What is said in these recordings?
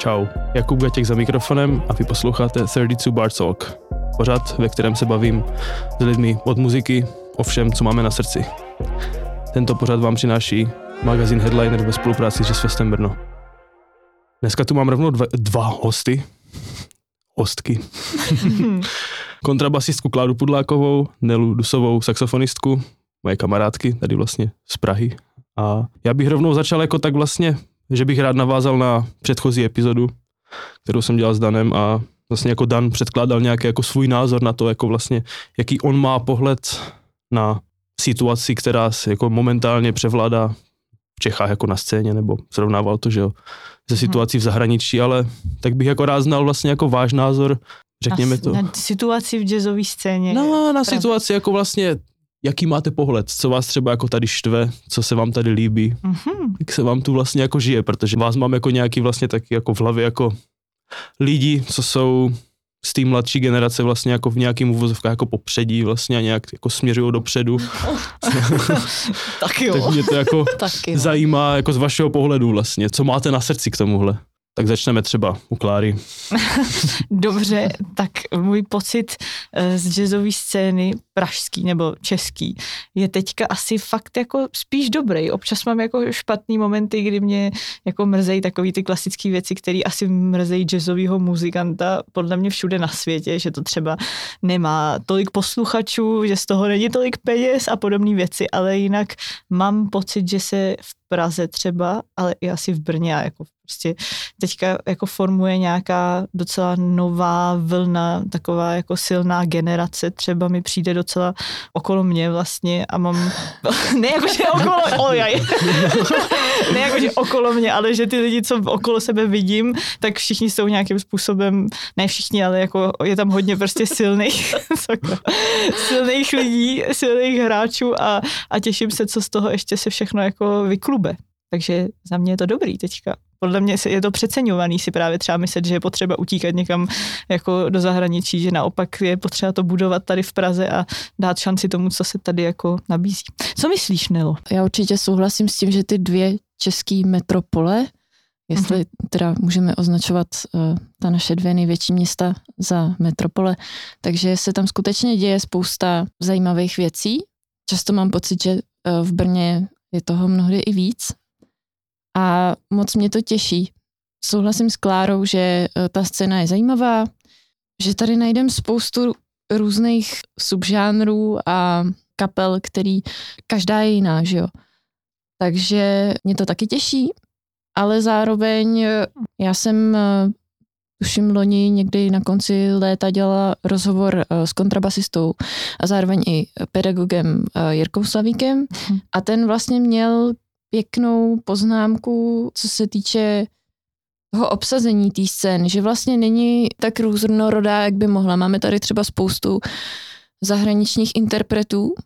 Čau, Jakub Gatěk za mikrofonem a vy posloucháte 32 Bar Talk. Pořad, ve kterém se bavím s lidmi od muziky o všem, co máme na srdci. Tento pořad vám přináší magazín Headliner ve spolupráci s Jazzfestem Brno. Dneska tu mám rovnou dva hostky. Kontrabasistku Kláru Pudlákovou, Nelu Dusovou, saxofonistku, moje kamarádky, tady vlastně z Prahy. A já bych rovnou začal jako tak vlastně, že bych rád navázal na předchozí epizodu, kterou jsem dělal s Danem a vlastně jako Dan předkládal nějaký jako svůj názor na to, jako vlastně, jaký on má pohled na situaci, která se jako momentálně převládá v Čechách jako na scéně, nebo srovnával to, že jo, ze situací v zahraničí, ale tak bych jako rád znal vlastně jako váš názor, řekněme to. Na situaci v jazzové scéně. No, na situaci jako vlastně, jaký máte pohled, co vás třeba jako tady štve, co se vám tady líbí, jak se vám tu vlastně jako žije, protože vás mám jako nějaký vlastně taky jako v hlavě jako lidi, co jsou z té mladší generace vlastně jako v nějakým uvozovkách jako popředí vlastně a nějak jako směřují dopředu. Tak jo. Tak mě to jako zajímá jako z vašeho pohledu vlastně, co máte na srdci k tomuhle. Tak začneme třeba u Kláry. Dobře, tak můj pocit z jazzové scény pražský nebo český je teďka asi fakt jako spíš dobrý. Občas mám jako špatný momenty, kdy mě jako mrzejí takový ty klasické věci, které asi mrzejí jazzového muzikanta podle mě všude na světě, že to třeba nemá tolik posluchačů, že z toho není tolik peněz a podobné věci, ale jinak mám pocit, že se v Praze třeba, ale i asi v Brně a jako prostě teďka jako formuje nějaká docela nová vlna, taková jako silná generace, třeba mi přijde docela okolo mě vlastně a mám, ne jakože okolo, ne jakože okolo mě, ale že ty lidi, co okolo sebe vidím, tak všichni jsou nějakým způsobem, ne všichni, ale jako je tam hodně prostě silných lidí, silných hráčů a těším se, co z toho ještě se všechno jako vyklube. Takže za mě je to dobrý teďka. Podle mě je to přeceňovaný si právě třeba myslet, že je potřeba utíkat někam jako do zahraničí, že naopak je potřeba to budovat tady v Praze a dát šanci tomu, co se tady jako nabízí. Co myslíš, Nelo? Já určitě souhlasím s tím, že ty dvě české metropole, jestli teda můžeme označovat ta naše dvě největší města za metropole, takže se tam skutečně děje spousta zajímavých věcí. Často mám pocit, že v Brně je toho mnohdy i víc. A moc mě to těší. Souhlasím s Klárou, že ta scéna je zajímavá, že tady najdeme spoustu různých subžánrů a kapel, který každá je jiná, že jo. Takže mě to taky těší, ale zároveň já jsem tuším loni někdy na konci léta dělala rozhovor s kontrabasistou a zároveň i pedagogem Jirkou Slavíkem a ten vlastně měl pěknou poznámku, co se týče toho obsazení té scény, že vlastně není tak různorodá, jak by mohla. Máme tady třeba spoustu zahraničních interpretů,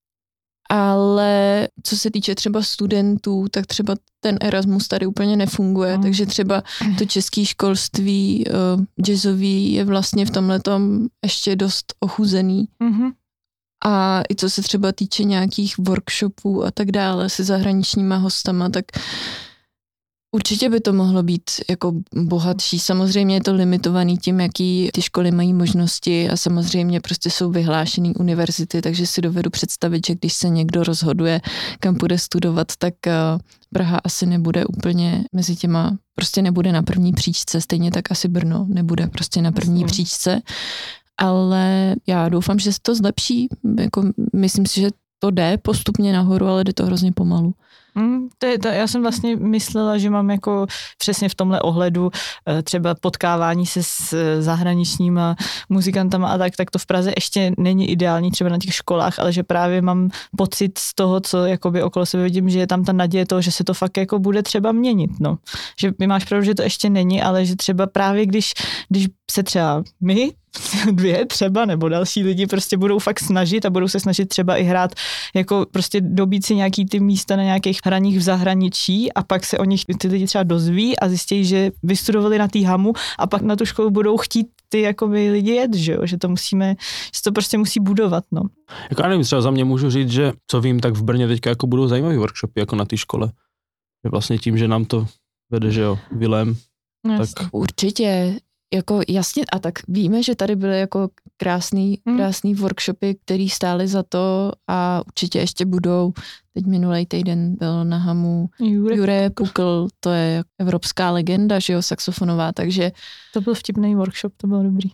ale co se týče třeba studentů, tak třeba ten Erasmus tady úplně nefunguje, takže třeba to české školství jazzový je vlastně v tomhletom ještě dost ochuzený. A i co se třeba týče nějakých workshopů a tak dále se zahraničníma hostama, tak určitě by to mohlo být jako bohatší. Samozřejmě je to limitovaný tím, jaký ty školy mají možnosti a samozřejmě prostě jsou vyhlášený univerzity, takže si dovedu představit, že když se někdo rozhoduje, kam půjde studovat, tak Praha asi nebude úplně mezi těma, prostě nebude na první příčce, stejně tak asi Brno nebude prostě na první příčce. Ale já doufám, že se to zlepší. Jako, myslím si, že to jde postupně nahoru, ale jde to hrozně pomalu. Já jsem vlastně myslela, že mám jako přesně v tomhle ohledu třeba potkávání se s zahraničníma muzikantama a tak to v Praze ještě není ideální třeba na těch školách, ale že právě mám pocit z toho, co jakoby okolo sebe vidím, že je tam ta naděje toho, že se to fakt jako bude třeba měnit, no. Že my máš pravdu, že to ještě není, ale že třeba právě když se třeba my dvě třeba, nebo další lidi prostě budou fakt snažit a budou se snažit třeba i hrát, jako prostě dobít si nějaký ty místa na nějakých hraních v zahraničí a pak se o nich ty lidi třeba dozví a zjistí, že vystudovali na té hamu a pak na tu školu budou chtít ty jakoby lidi jet, že jo, že to musíme, že to prostě musí budovat, no. Jako já nevím, třeba za mě můžu říct, že co vím, tak v Brně teďka jako budou zajímavý workshopy jako na té škole. Že vlastně tím, že nám to vede, že jo, Vilém, Tak Určitě, jako jasně, a tak víme, že tady byly jako krásný workshopy, který stály za to a určitě ještě budou. Teď minulý týden byl na Hamu Jure Pukl, to je evropská legenda, že jo, saxofonová, takže... To byl vtipný workshop, to bylo dobrý.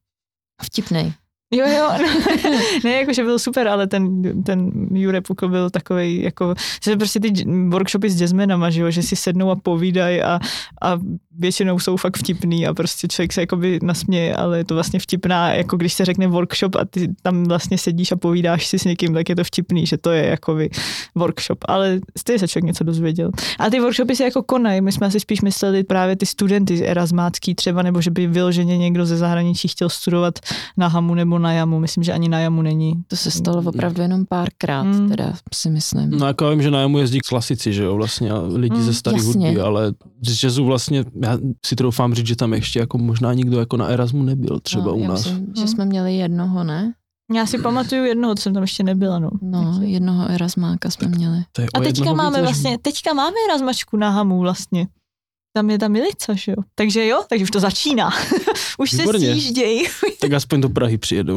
Vtipnej. Jo, ne, jakože byl super, ale ten Jure Pukl byl takovej, jako, že prostě ty workshopy s jazzmenama, že jo, že si sednou a povídají a většinou jsou fakt vtipný a prostě člověk se jakoby nasměje, ale je to vlastně vtipná, jako když se řekne workshop a ty tam vlastně sedíš a povídáš si s někým, tak je to vtipný, že to je jakoby workshop, ale stejně se člověk něco dozvěděl. A ty workshopy se jako konají, my jsme si spíš mysleli právě ty studenty erasmácký třeba, nebo že by vyloženě někdo ze zahraničí chtěl studovat na Hamu nebo na Jamu, myslím, že ani na Jamu není. To se stalo opravdu jenom párkrát, teda si myslím. No jako vím, že na Jamu jezdí klasici, že jo, vlastně lidi ze staré hudby, ale z jazzu vlastně, já si troufám říct, že tam ještě jako možná nikdo jako na Erasmu nebyl třeba u nás. Myslím, že jsme měli jednoho, ne? Já si pamatuju jednoho, co jsem tam ještě nebyla, no. No, jednoho erasmáka jsme měli. A teďka máme erasmačku na Hamu vlastně. Tam je ta Milica, že jo? Takže už to začíná. Už Výborně. Se sjíždějí. Tak aspoň do Prahy přijedou.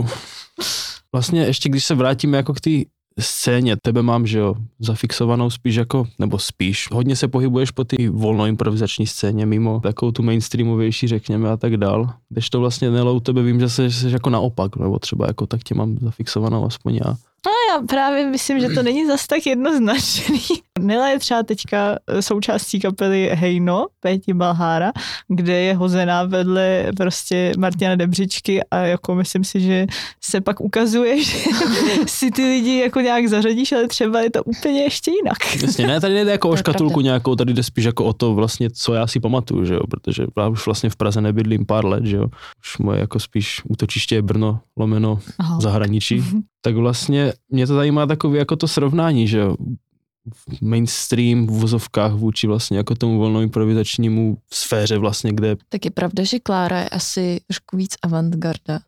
Vlastně ještě když se vrátíme jako k té scéně, tebe mám, že jo, zafixovanou spíš jako, nebo spíš, hodně se pohybuješ po té volnoimprovizační scéně, mimo takovou tu mainstreamovější, řekněme, a tak dál. Když to vlastně Nelo u tebe vím, že jsi jako naopak, nebo třeba jako tak tě mám zafixovanou aspoň já. No já právě myslím, že to není zas tak jednoznačný. Nela je třeba teďka součástí kapely Hejno, Péti Balhára, kde je hozená vedle prostě Martina Debřičky a jako myslím si, že se pak ukazuje, že si ty lidi jako nějak zařadíš, ale třeba je to úplně ještě jinak. Jasně, ne, tady nejde jako o škatulku nějakou, tady jde spíš jako o to vlastně, co já si pamatuju, že jo, protože já už vlastně v Praze nebydlím pár let, že jo, už moje jako spíš útočiště je Brno, lomeno zahraničí. Tak vlastně mě to zajímá takové jako to srovnání, že jo, mainstream v vozovkách vůči vlastně jako tomu volnoimprovizačnímu sféře vlastně, kde... Tak je pravda, že Klára je asi trošku víc avantgarda.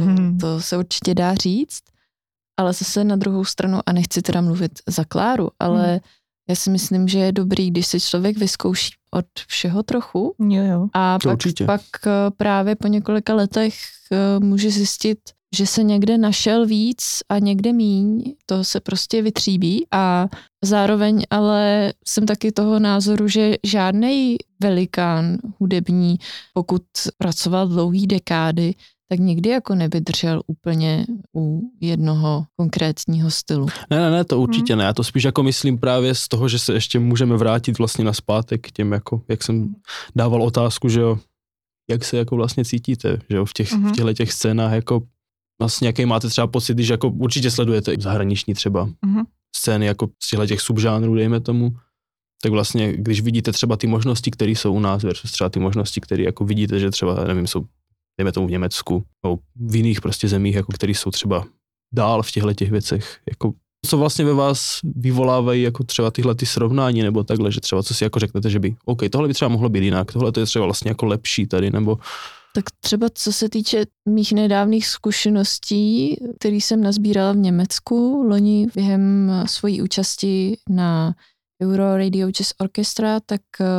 To se určitě dá říct, ale zase na druhou stranu, a nechci teda mluvit za Kláru, ale já si myslím, že je dobrý, když si člověk vyzkouší od všeho trochu a pak právě po několika letech může zjistit, že se někde našel víc a někde míň, to se prostě vytříbí a zároveň ale jsem taky toho názoru, že žádnej velikán hudební, pokud pracoval dlouhý dekády, tak nikdy jako nevydržel úplně u jednoho konkrétního stylu. Ne, to určitě ne. Já to spíš jako myslím právě z toho, že se ještě můžeme vrátit vlastně nazpátek k těm, jako, jak jsem dával otázku, že jo, jak se jako vlastně cítíte, že jo, v těchto scénách, jako vlastně jaký máte třeba pocit, když jako určitě sledujete i zahraniční třeba scény jako z těch subžánrů, dejme tomu, tak vlastně, když vidíte třeba ty možnosti, které jsou u nás versus třeba ty možnosti, které jako vidíte, že třeba, nevím, jsou, dejme tomu v Německu, nebo v jiných prostě zemích, jako které jsou třeba dál v těchto věcech, jako co vlastně ve vás vyvolávají jako třeba tyhle ty srovnání, nebo takhle, že třeba co si jako řeknete, že by, OK, tohle by třeba mohlo být jinak, tohle to je třeba vlastně jako lepší tady, nebo... Tak třeba co se týče mých nedávných zkušeností, který jsem nazbírala v Německu loni během svojí účasti na Euro Radio Jazz Orchestra, tak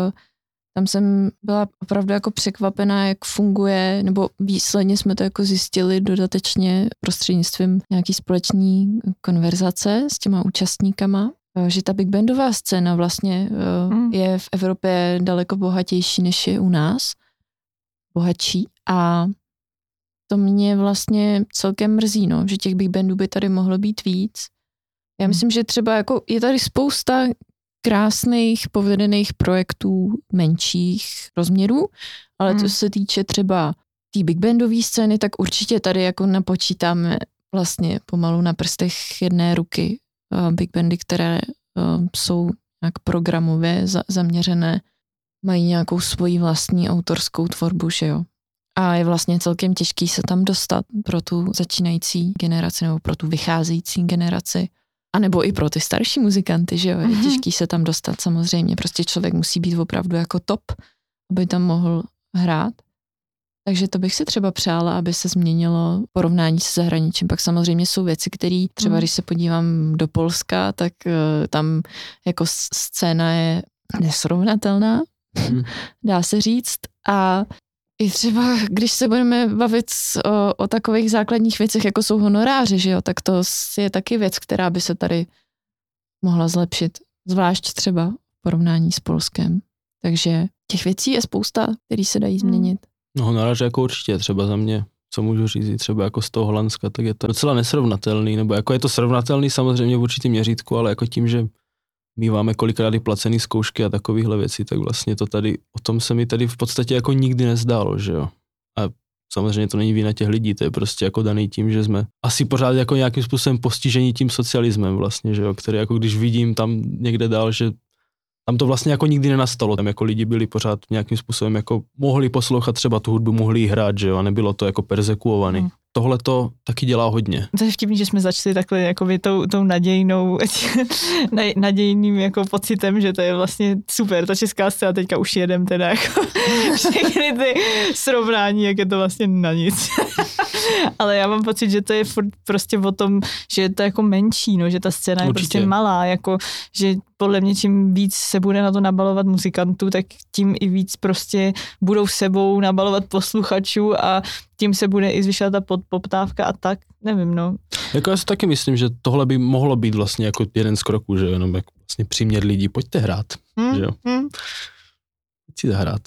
tam jsem byla opravdu jako překvapená, jak funguje, nebo výsledně jsme to jako zjistili dodatečně prostřednictvím nějaký společný konverzace s těma účastníkama, že ta big bandová scéna vlastně je v Evropě daleko bohatější, než je u nás. Bohatší a to mě vlastně celkem mrzí, no, že těch big bandů by tady mohlo být víc. Já myslím, že třeba jako je tady spousta krásných povedených projektů menších rozměrů, ale co se týče třeba té big bandové scény, tak určitě tady jako napočítáme vlastně pomalu na prstech jedné ruky big bandy, které jsou nějak programově zaměřené, mají nějakou svoji vlastní autorskou tvorbu, že jo. A je vlastně celkem těžký se tam dostat pro tu začínající generaci nebo pro tu vycházející generaci. A nebo i pro ty starší muzikanty, že jo. Je těžký se tam dostat samozřejmě. Prostě člověk musí být opravdu jako top, aby tam mohl hrát. Takže to bych si třeba přála, aby se změnilo porovnání se zahraničím. Pak samozřejmě jsou věci, které třeba když se podívám do Polska, tak tam jako scéna je nesrovnatelná dá se říct. A i třeba, když se budeme bavit o takových základních věcech, jako jsou honoráři, že jo, tak to je taky věc, která by se tady mohla zlepšit. Zvlášť třeba v porovnání s Polskem. Takže těch věcí je spousta, které se dají změnit. No honorář jako určitě, třeba za mě, co můžu říct, třeba jako z toho Holandska, tak je to docela nesrovnatelný, nebo jako je to srovnatelný samozřejmě v určitým měřítku, ale jako tím, že míváme kolikrát i placený zkoušky a takovýhle věci, tak vlastně to tady, o tom se mi tady v podstatě jako nikdy nezdálo, že jo. A samozřejmě to není vina těch lidí, to je prostě jako daný tím, že jsme asi pořád jako nějakým způsobem postižení tím socialismem vlastně, že jo, který jako když vidím tam někde dál, že tam to vlastně jako nikdy nenastalo, tam jako lidi byli pořád nějakým způsobem jako mohli poslouchat třeba tu hudbu, mohli jí hrát, že jo, a nebylo to jako perzekuovaný. Tohle to taky dělá hodně. To je vtipný, že jsme začali takhle jakoby tou nadějným jako pocitem, že to je vlastně super, ta česká scéna teďka už jedem teda jako všechny ty srovnání, jak je to vlastně na nic. Ale já mám pocit, že to je furt prostě o tom, že je to jako menší, no, že ta scéna je prostě malá, jako, že podle mě čím víc se bude na to nabalovat muzikantů, tak tím i víc prostě budou sebou nabalovat posluchačů a tím se bude i zvyšovat ta poptávka a tak, nevím, no. Jako já si taky myslím, že tohle by mohlo být vlastně jako jeden z kroků, že jenom jako vlastně přimět lidi, pojďte hrát, že jo. Chci zahrát.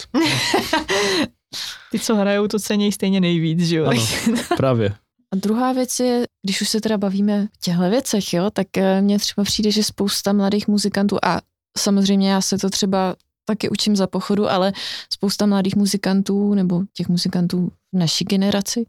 Ty, co hrajou, to cenějí stejně nejvíc, že jo. Ano, právě. A druhá věc je, když už se teda bavíme o těchto věcech, jo, tak mně třeba přijde, že spousta mladých muzikantů, a samozřejmě já se to třeba taky učím za pochodu, ale spousta mladých muzikantů nebo těch muzikantů v naší generaci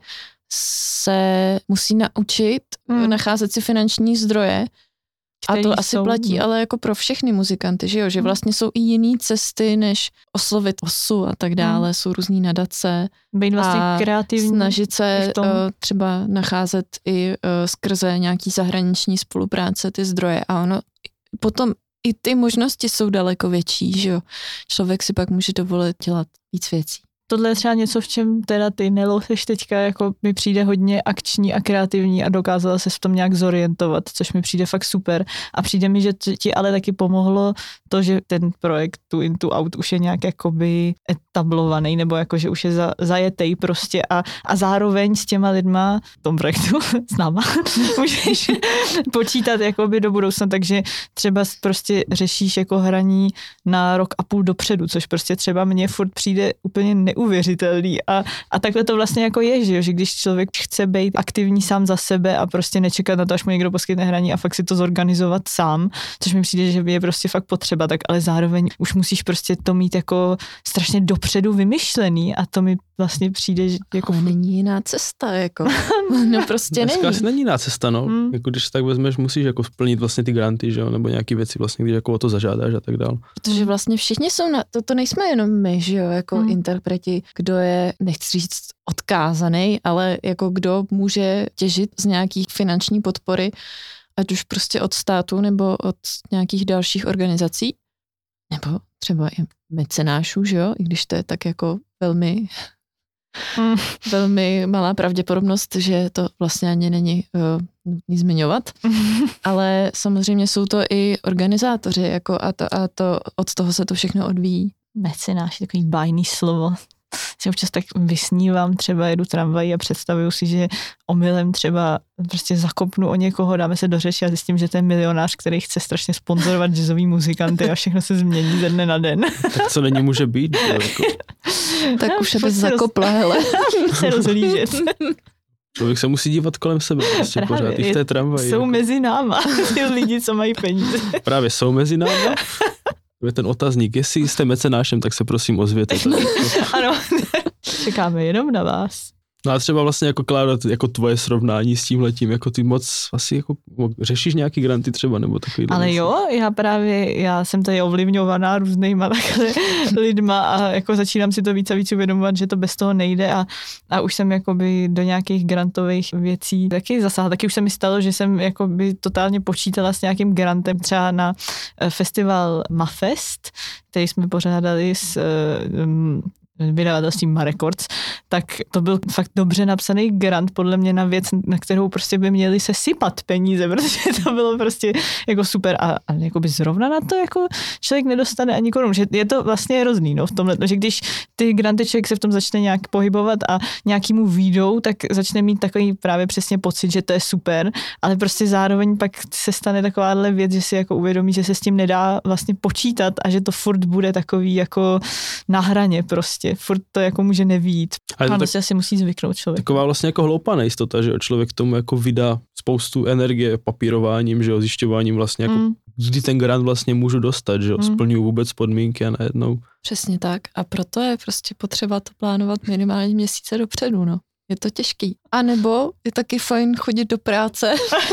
se musí naučit nacházet si finanční zdroje, a to asi platí, ale jako pro všechny muzikanty, že jo, že vlastně jsou i jiný cesty, než oslovit osu a tak dále, jsou různý nadace. Být vlastně kreativní. Snažit se třeba nacházet i skrze nějaký zahraniční spolupráce ty zdroje a ono potom i ty možnosti jsou daleko větší, že jo. Člověk si pak může dovolit dělat víc věcí. Tohle je třeba něco, v čem teda ty Nelo seš teďka, jako mi přijde hodně akční a kreativní a dokázala se v tom nějak zorientovat, což mi přijde fakt super. A přijde mi, že ti ale taky pomohlo to, že ten projekt tu Into Out už je nějak jakoby etablovaný, nebo jako, že už je zajetej prostě a zároveň s těma lidma v tom projektu s náma můžeš počítat jakoby do budoucna, takže třeba prostě řešíš jako hraní na rok a půl dopředu, což prostě třeba mně furt přijde úplně neuvěřitelný a takhle to vlastně jako je, že když člověk chce být aktivní sám za sebe a prostě nečekat na to, až mu někdo poskytne hraní a fakt si to zorganizovat sám, což mi přijde, že je prostě fakt potřeba, tak ale zároveň už musíš prostě to mít jako strašně dopředu vymyšlený a to mi vlastně přijde, že jako... Ale není jiná cesta, jako. No prostě není. Asi není jiná cesta, no. Jako když tak vezmeš, musíš jako splnit vlastně ty granty, že jo, nebo nějaký věci vlastně, když jako o to zažádáš a tak dál. Protože vlastně všichni jsou na to nejsme jenom my, že jo, jako interpreti, kdo je, nechci říct odkázaný, ale jako kdo může těžit z nějakých finanční podpory, ať už prostě od státu nebo od nějakých dalších organizací, nebo třeba i mecenášů, že jo, i když to je tak jako velmi malá pravděpodobnost, že to vlastně ani není nutný zmiňovat, ale samozřejmě jsou to i organizátoři jako a to od toho se to všechno odvíjí. Mecenáš je takový bájný slovo. Si občas tak vysnívám, třeba jedu tramvají a představuju si, že omylem třeba prostě zakopnu o někoho, dáme se do řeči a zjistím, že to je milionář, který chce strašně sponzorovat jazzový muzikanty a všechno se změní ze dne na den. Tak co není může být? Jako... Tak už je bez zakopla, hele. se rozhlížet. Člověk se musí dívat kolem sebe, prostě pořád i v té tramvaji. Jsou jako. Mezi náma ty lidi, co mají peníze. Právě jsou mezi náma. Je ten otazník, jestli jste mecenášem, tak se prosím ozvěte. Ano, čekáme jenom na vás. No a třeba vlastně jako Klára, jako tvoje srovnání s tímhletím, jako ty moc asi jako řešíš nějaký granty třeba, nebo takový. Ale věc. Jo, já jsem tady ovlivňovaná různýma lidma a jako začínám si to víc a víc uvědomovat, že to bez toho nejde a už jsem jakoby do nějakých grantových věcí taky zasáhla. Taky už se mi stalo, že jsem jakoby totálně počítala s nějakým grantem třeba na festival Mafest, který jsme pořádali s vydavatelstvím Records, tak to byl fakt dobře napsaný grant podle mě na věc, na kterou prostě by měli se sypat peníze, protože to bylo prostě jako super a jako by zrovna na to jako člověk nedostane ani korunu, že je to vlastně hrozný, no, v tomhle, že když ty granty člověk se v tom začne nějak pohybovat a nějakýmu výjdou, tak začne mít takový právě přesně pocit, že to je super, ale prostě zároveň pak se stane takováhle věc, že si jako uvědomí, že se s tím nedá vlastně počítat a že to furt bude takový jako na hraně prostě, furt to jako může nevít. Ano, si asi musí zvyknout člověk. Taková vlastně jako hloupá nejistota, že člověk tomu jako vydá spoustu energie papírováním, že jo, zjišťováním vlastně jako kdy ten grant vlastně můžu dostat, že jo, splňuji vůbec podmínky a najednou. Přesně tak a proto je prostě potřeba to plánovat minimálně měsíce dopředu, no. Je to těžký. A nebo je taky fajn chodit do práce.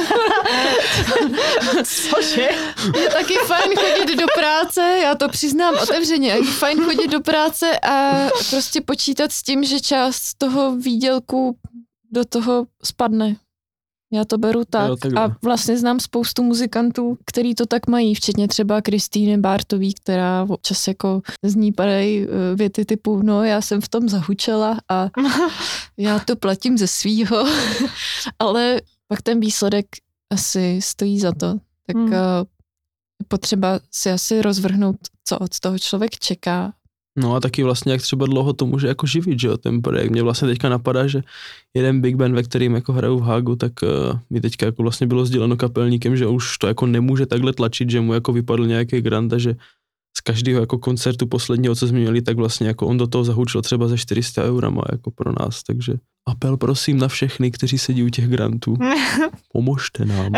Cože? Je taky fajn chodit do práce, já to přiznám otevřeně, je fajn chodit do práce a prostě počítat s tím, že část toho výdělku do toho spadne. Já to beru tak a vlastně znám spoustu muzikantů, který to tak mají, včetně třeba Kristýny Bártový, která občas jako z ní padají věty typu, no já jsem v tom zahučela a já to platím ze svýho, ale pak ten výsledek asi stojí za to, tak potřeba si asi rozvrhnout, co od toho člověk čeká. No a taky vlastně, jak třeba dlouho to může jako živit, že jo, ten projekt. Mně vlastně teďka napadá, že jeden big band, ve kterým jako hraju v Hágu, tak mi teďka jako vlastně bylo sděleno kapelníkem, že už to jako nemůže takhle tlačit, že mu jako vypadl nějaký grant a že z každého jako koncertu posledního, co jsme měli, tak vlastně jako on do toho zahučil třeba za 400 eurama jako pro nás, takže apel prosím na všechny, kteří sedí u těch grantů. Pomožte nám.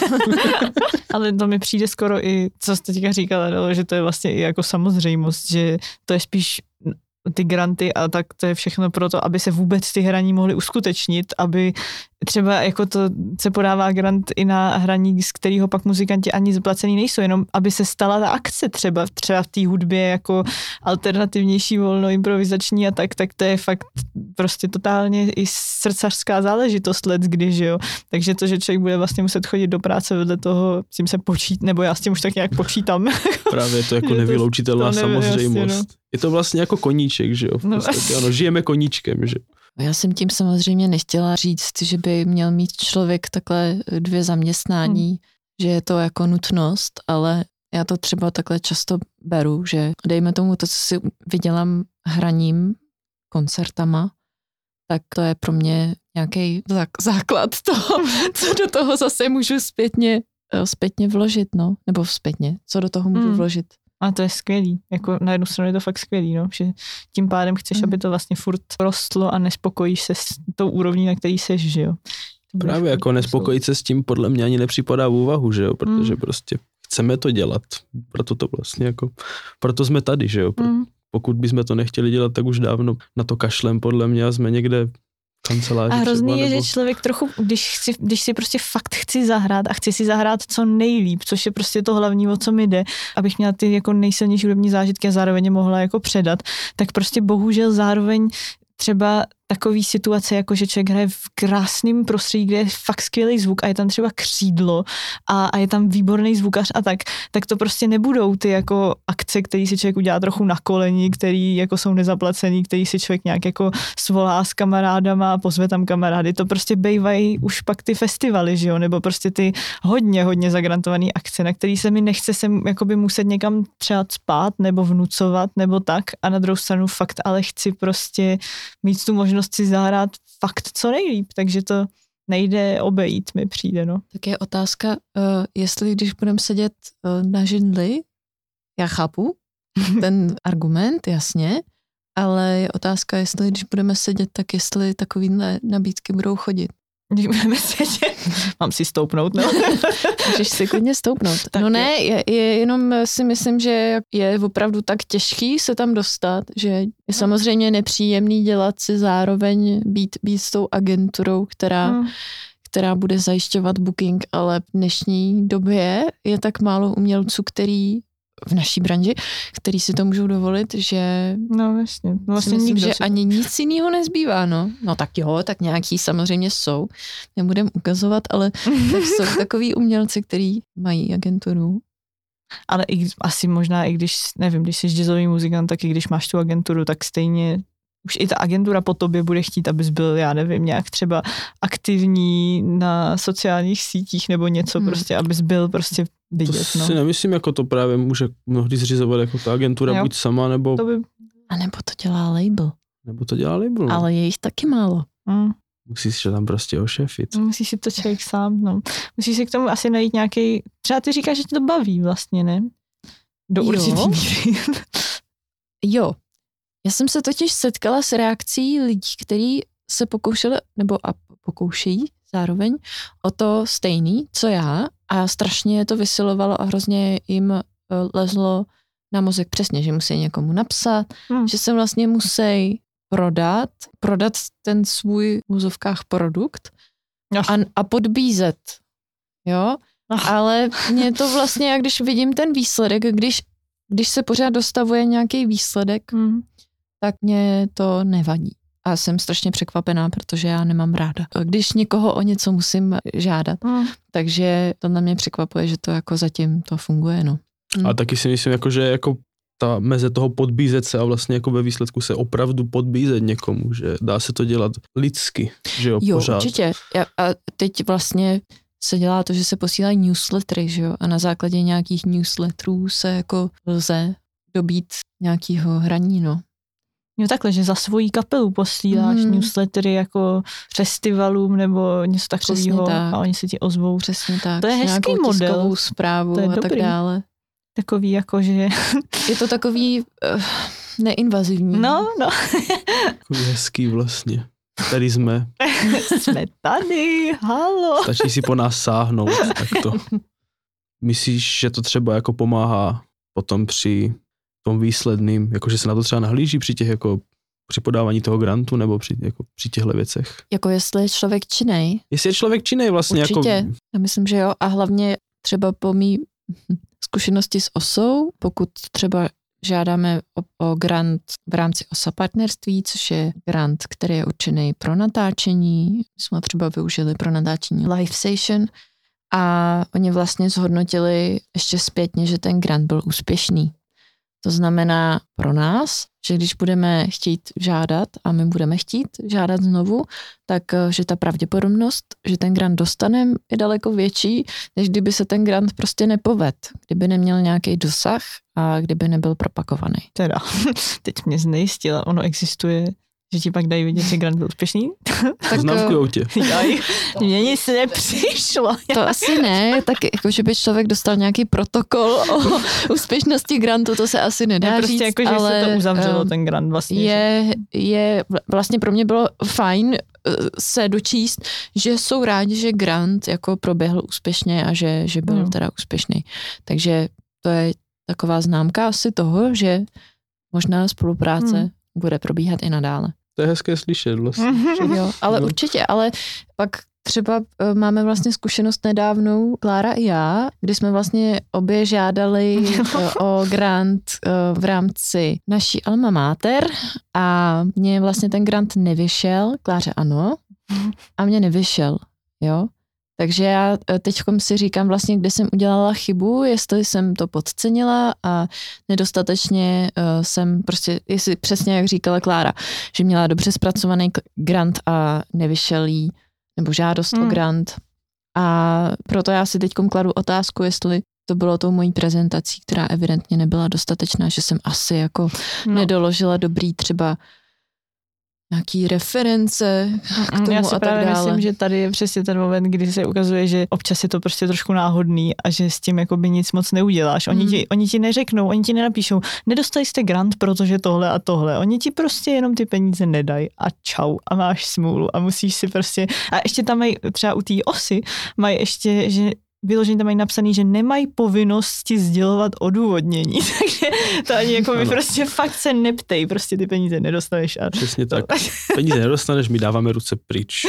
Ale to mi přijde skoro i, co jste teďka říkala, že to je vlastně i jako samozřejmost, že to je spíš ty granty a tak to je všechno pro to, aby se vůbec ty hraní mohly uskutečnit, aby třeba jako to se podává grant i na hraní, z kterého pak muzikanti ani zaplacený nejsou, jenom aby se stala ta akce třeba v té hudbě jako alternativnější, volno, improvizační a tak to je fakt prostě totálně i srdcařská záležitost leckdy, že jo. Takže to, že člověk bude vlastně muset chodit do práce vedle toho, s tím se nebo já s tím už tak nějak počítám. Právě to jako nevyloučitelná samozřejmost. Jasně, no. Je to vlastně jako koníček, že jo. Ano, žijeme koníčkem, že jo. Já jsem tím samozřejmě nechtěla říct, že by měl mít člověk takhle 2 zaměstnání, že je to jako nutnost, ale já to třeba takhle často beru, že dejme tomu to, co si vydělám hraním, koncertama, tak to je pro mě nějaký základ toho, co do toho zase můžu zpětně vložit, no, nebo zpětně, co do toho můžu vložit. A to je skvělý, jako na jednu stranu je to fakt skvělý, no, že tím pádem chceš, aby to vlastně furt rostlo a nespokojíš se s tou úrovní, na který seš, že jo. Právě jako nespokojit se s tím podle mě ani nepřipadá v úvahu, že jo, protože prostě chceme to dělat, proto to vlastně jako, proto jsme tady, že jo, pokud bychom to nechtěli dělat, tak už dávno na to kašlem podle mě a jsme někde kanceláři. A hrozný třeba, je, nebo... že člověk trochu, když si prostě fakt chci zahrát a chci si zahrát co nejlíp, což je prostě to hlavní, o co mi jde, abych měla ty jako nejsilnější hudební zážitky a zároveň je mohla jako předat, tak prostě bohužel zároveň třeba takový situace, jako že člověk hraje v krásném prostředí, kde je fakt skvělý zvuk a je tam třeba křídlo a je tam výborný zvukař a tak to prostě nebudou ty jako akce, které si člověk udělá trochu na koleni, který jako jsou nezaplacený, který si člověk nějak jako svolá s kamarádama a pozve tam kamarády. To prostě bejvají už pak ty festivaly, že jo, nebo prostě ty hodně zagrantované akce, na který se mi nechce jakoby muset někam třeba spát nebo vnucovat nebo tak a na druhou stranu fakt ale chci prostě mít tu možnost si zahrát fakt co nejlíp, takže to nejde obejít, mi přijde, no. Tak je otázka, jestli když budeme sedět na židli, já chápu ten argument, jasně, ale je otázka, jestli když budeme sedět, tak jestli takovýhle nabídky budou chodit. Když budeme sedět, mám si stoupnout, no. Můžeš si klidně stoupnout. Tak no ne, je jenom si myslím, že je opravdu tak těžký se tam dostat, že je samozřejmě nepříjemný dělat si zároveň být s tou agenturou, která bude zajišťovat booking, ale v dnešní době je tak málo umělců, který v naší branži, který si to můžou dovolit, že no vlastně myslím, že ani nic jiného nezbývá, no. No tak jo, tak nějaký samozřejmě jsou, nebudem ukazovat, ale tak jsou takový umělci, který mají agenturu. Ale asi možná i když, nevím, když jsi jazzový muzikant, tak i když máš tu agenturu, tak stejně už i ta agentura po tobě bude chtít, abys byl, já nevím, nějak třeba aktivní na sociálních sítích nebo něco prostě, abys byl prostě vidět. To si nemyslím, jako to právě může mnohdy zřizovat jako ta agentura, buď sama, nebo... A nebo to dělá label. Nebo to dělá label. No. Ale je jich taky málo. Musíš se tam prostě ošefit. Musíš si to člověk sám, no. Musíš si k tomu asi najít nějaký, třeba ty říkáš, že tě to baví vlastně, ne? Do určitý míry. Jo. Já jsem se totiž setkala s reakcí lidí, kteří se pokoušeli, nebo a pokoušejí zároveň o to stejný, co já, a strašně to vysilovalo a hrozně jim lezlo na mozek přesně, že musí někomu napsat, že se vlastně musí prodat ten svůj v úzovkách produkt a podbízet, jo, ale mě to vlastně, jak když vidím ten výsledek, když se pořád dostavuje nějaký výsledek, tak mě to nevadí. A jsem strašně překvapená, protože já nemám ráda, když někoho o něco musím žádat. Takže to na mě překvapuje, že to jako zatím to funguje, no. A taky si myslím, jako, že jako ta meze toho podbízet se a vlastně jako ve výsledku se opravdu podbízet někomu, že dá se to dělat lidsky, že jo, pořád. Jo, určitě. A teď vlastně se dělá to, že se posílají newslettery, že jo, a na základě nějakých newsletterů se jako lze dobít nějakého hraní, no. Jo, takhle, že za svoji kapelu posíláš newslettery jako festivalům nebo něco takového a oni se ti ozvou. Přesně tak. To je hezký model. Tiskovou zprávu a tak dále. Takový jako, že... Je to takový neinvazivní. No. Takový hezký vlastně. Tady jsme. Jsme tady, halo. Stačí si po nás sáhnout, tak to. Myslíš, že to třeba jako pomáhá potom při tom výsledným, jakože se na to třeba nahlíží při těch jako při podávání toho grantu nebo při těchto věcech? Jako jestli je člověk činnej? Jestli je člověk činnej vlastně. Určitě, jako... já myslím, že jo. A hlavně třeba po mý zkušenosti s OSou, pokud třeba žádáme o grant v rámci OSA partnerství, což je grant, který je určený pro natáčení. Jsme třeba využili pro natáčení Live Session a oni vlastně zhodnotili ještě zpětně, že ten grant byl úspěšný. To znamená pro nás, že když budeme chtít žádat a my budeme chtít žádat znovu, tak že ta pravděpodobnost, že ten grant dostaneme, je daleko větší, než kdyby se ten grant prostě nepovedl, kdyby neměl nějaký dosah a kdyby nebyl propakovaný. Teda, teď mě znejistila, ono existuje, že ti pak dají vidět, že grant byl úspěšný. Tak znávkujou tě. Mně nic nepřišlo. To asi ne, tak jako, že by člověk dostal nějaký protokol o úspěšnosti grantu, to se asi nedá prostě říct, jako, že ale se to uzavřelo ten grant vlastně. Je vlastně pro mě bylo fajn se dočíst, že jsou rádi, že grant jako proběhl úspěšně a že byl teda úspěšný. Takže to je taková známka asi toho, že možná spolupráce bude probíhat i nadále. To je hezké slyšet vlastně. Jo, ale určitě, ale pak třeba máme vlastně zkušenost nedávnou, Klára i já, kdy jsme vlastně obě žádali o grant v rámci naší alma mater a mně vlastně ten grant nevyšel, Kláře ano, a mně nevyšel, jo. Takže já teďkom si říkám vlastně, kde jsem udělala chybu, jestli jsem to podcenila a nedostatečně jsem prostě, jestli přesně jak říkala Klára, že měla dobře zpracovaný grant a nevyšel jí, nebo žádost o grant. A proto já si teďkom kladu otázku, jestli to bylo tou mojí prezentací, která evidentně nebyla dostatečná, že jsem asi jako nedoložila dobrý třeba nějaký reference k tomu. Já si a právě tak dále. myslím, že tady je přesně ten moment, kdy se ukazuje, že občas je to prostě trošku náhodný a že s tím jakoby nic moc neuděláš. Oni ti neřeknou, oni ti nenapíšou, nedostali jste grant, protože tohle a tohle. Oni ti prostě jenom ty peníze nedají a čau a máš smůlu a musíš si prostě, a ještě tam mají třeba u té OSy, mají ještě, že vyloženě tam mají napsaný, že nemají povinnosti sdělovat odůvodnění, takže to ani jako by prostě fakt se neptej, prostě ty peníze nedostaneš. A přesně tak. Peníze nedostaneš, my dáváme ruce pryč.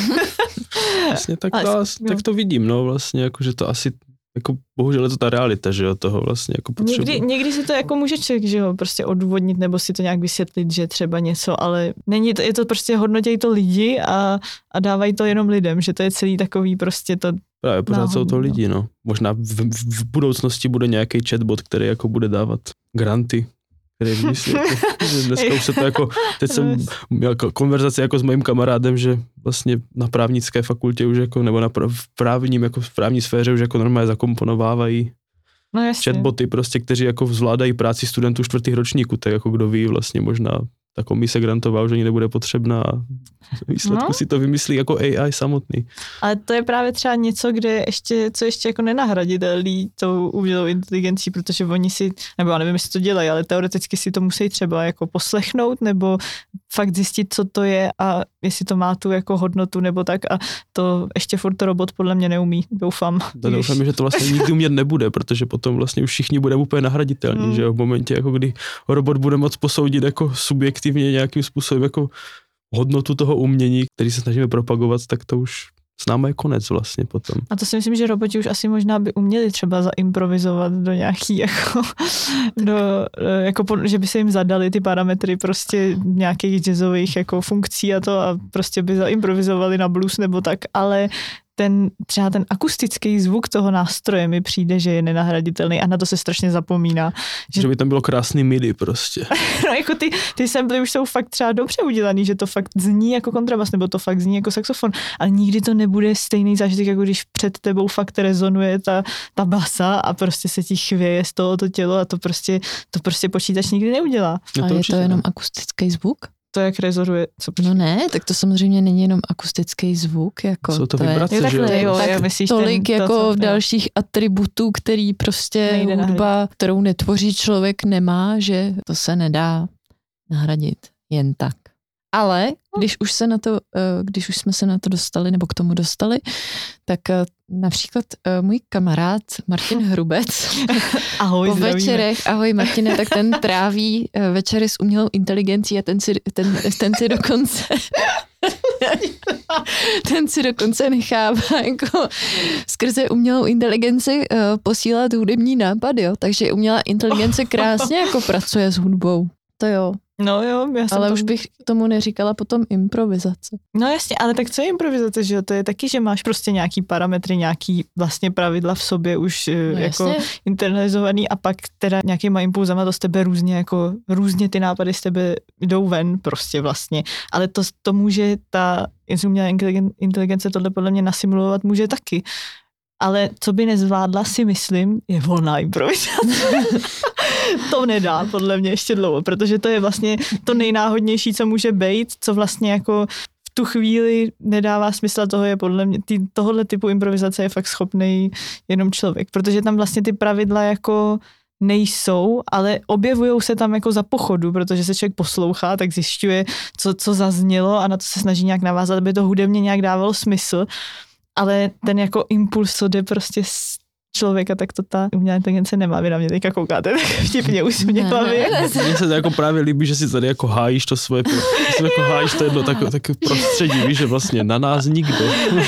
Přesně tak, tak to vidím, no vlastně, jako, že to asi, jako bohužel je to ta realita, že jo, toho vlastně jako potřebuji. Někdy si to jako může člověk, že jo, prostě odůvodnit nebo si to nějak vysvětlit, že třeba něco, ale není to, je to prostě hodnotějí to lidi a dávají to jenom lidem, že to je celý takový prostě to. Právě pořád jsou to lidi, no. Možná v budoucnosti bude nějaký chatbot, který jako bude dávat granty který vymyslí, že dneska už se to jako, teď jsem měl konverzaci jako s mojím kamarádem, že vlastně na právnické fakultě už jako, nebo v právní sféře už jako normálně zakomponovávají chatboty prostě, kteří jako zvládají práci studentů 4. ročníku, tak jako kdo ví, vlastně možná ta komise grantová už ani nebude potřebná a výsledku si to vymyslí jako AI samotný. Ale to je právě třeba něco, co ještě jako nenahraditelný tou umělou inteligencí, protože oni si, nebo já nevím, jestli to dělají, ale teoreticky si to musí třeba jako poslechnout, nebo fakt zjistit, co to je a jestli to má tu jako hodnotu, nebo tak a to ještě furt to robot podle mě neumí, doufám. Doufám, že to vlastně nikdy umět nebude, protože potom vlastně už všichni budeme úplně nahraditelní, že v momentě, jako kdy robot bude moct posoudit jako subjektivně nějakým způsobem jako hodnotu toho umění, který se snažíme propagovat, tak to už s námi je konec vlastně potom. A to si myslím, že roboti už asi možná by uměli třeba zaimprovizovat do nějaký že by se jim zadali ty parametry prostě nějakých jazzových jako funkcí a to a prostě by zaimprovizovali na blues nebo tak, ale třeba ten akustický zvuk toho nástroje mi přijde, že je nenahraditelný a na to se strašně zapomíná. Že by tam bylo krásný MIDI prostě. No jako ty samply už jsou fakt třeba dobře udělaný, že to fakt zní jako kontrabas, nebo to fakt zní jako saxofon, ale nikdy to nebude stejný zážitek, jako když před tebou fakt rezonuje ta basa a prostě se ti chvěje z toho to tělo a to prostě počítač nikdy neudělá. A je to jenom akustický zvuk? To, jak rezonuje. No ne, tak to samozřejmě není jenom akustický zvuk. Jako jsou to vibrace, že jo? Tak tolik jako dalších atributů, který prostě hudba, kterou netvoří člověk, nemá, že to se nedá nahradit jen tak. Ale když už jsme se na to dostali, nebo k tomu dostali, tak například můj kamarád Martin Hrubec ahoj, po večerech, ahoj Martine, tak ten tráví večery s umělou inteligencí a ten si dokonce nechává jako skrze umělou inteligenci posílat hudební nápady, jo? Takže umělá inteligence krásně jako pracuje s hudbou. To jo. No jo, ale už bych tomu neříkala potom improvizace. No jasně, ale tak co je improvizace, že to je taky, že máš prostě nějaký parametry, nějaký vlastně pravidla v sobě už jako internalizovaný a pak teda nějakýma impulzama to z tebe různě ty nápady z tebe jdou ven prostě vlastně, ale to může ta umělá inteligence tohle podle mě nasimulovat může taky. Ale co by nezvládla, si myslím, je volná improvizace. To nedá, podle mě, ještě dlouho, protože to je vlastně to nejnáhodnější, co může být, co vlastně jako v tu chvíli nedává smysl a toho je podle mě, tohohle typu improvizace je fakt schopný jenom člověk, protože tam vlastně ty pravidla jako nejsou, ale objevujou se tam jako za pochodu, protože se člověk poslouchá, tak zjišťuje, co zaznělo a na to se snaží nějak navázat, aby to hudebně nějak dávalo smysl. Ale ten jako impuls, co jde prostě z člověka, tak to ta umělá inteligence nemá. Vy na mě teďka koukáte, tak vtipně usměla. Mně se to jako právě líbí, že si tady jako hájíš to svoje, jako hájíš to jedno takové prostředí, víš, že vlastně na nás nikdo.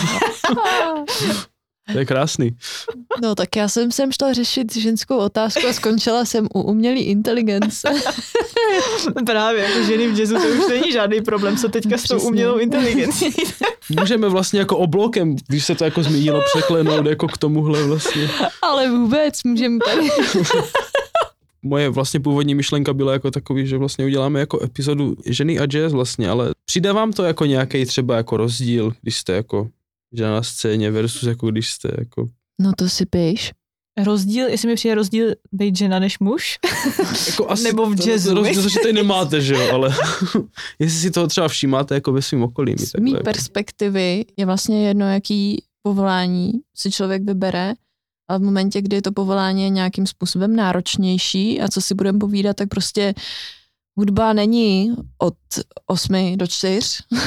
To je krásný. No tak já jsem sem šla řešit ženskou otázku a skončila jsem u umělé inteligence. Právě, jako ženy v jazzu to už není žádný problém, co teďka s tou umělou inteligencí. Můžeme vlastně jako oblokem, když se to jako zmínilo, překlenout jako k tomuhle vlastně. Ale vůbec můžeme tady. Moje vlastně původní myšlenka byla jako takový, že vlastně uděláme jako epizodu ženy a jazz vlastně, ale přijde vám to jako nějaký třeba jako rozdíl, když jste jako žena na scéně versus jako když jste jako... No to si píš. Rozdíl, jestli mi přijde rozdíl být žena než muž? Jako asi nebo v jazzu. Rozdíl, že tady nemáte, že jo, ale jestli si toho třeba všímáte jako ve svým okolí. Z mý perspektivy je vlastně jedno, jaký povolání si člověk vybere, a v momentě, kdy to povolání je nějakým způsobem náročnější a co si budeme povídat, tak prostě hudba není od 8 do 4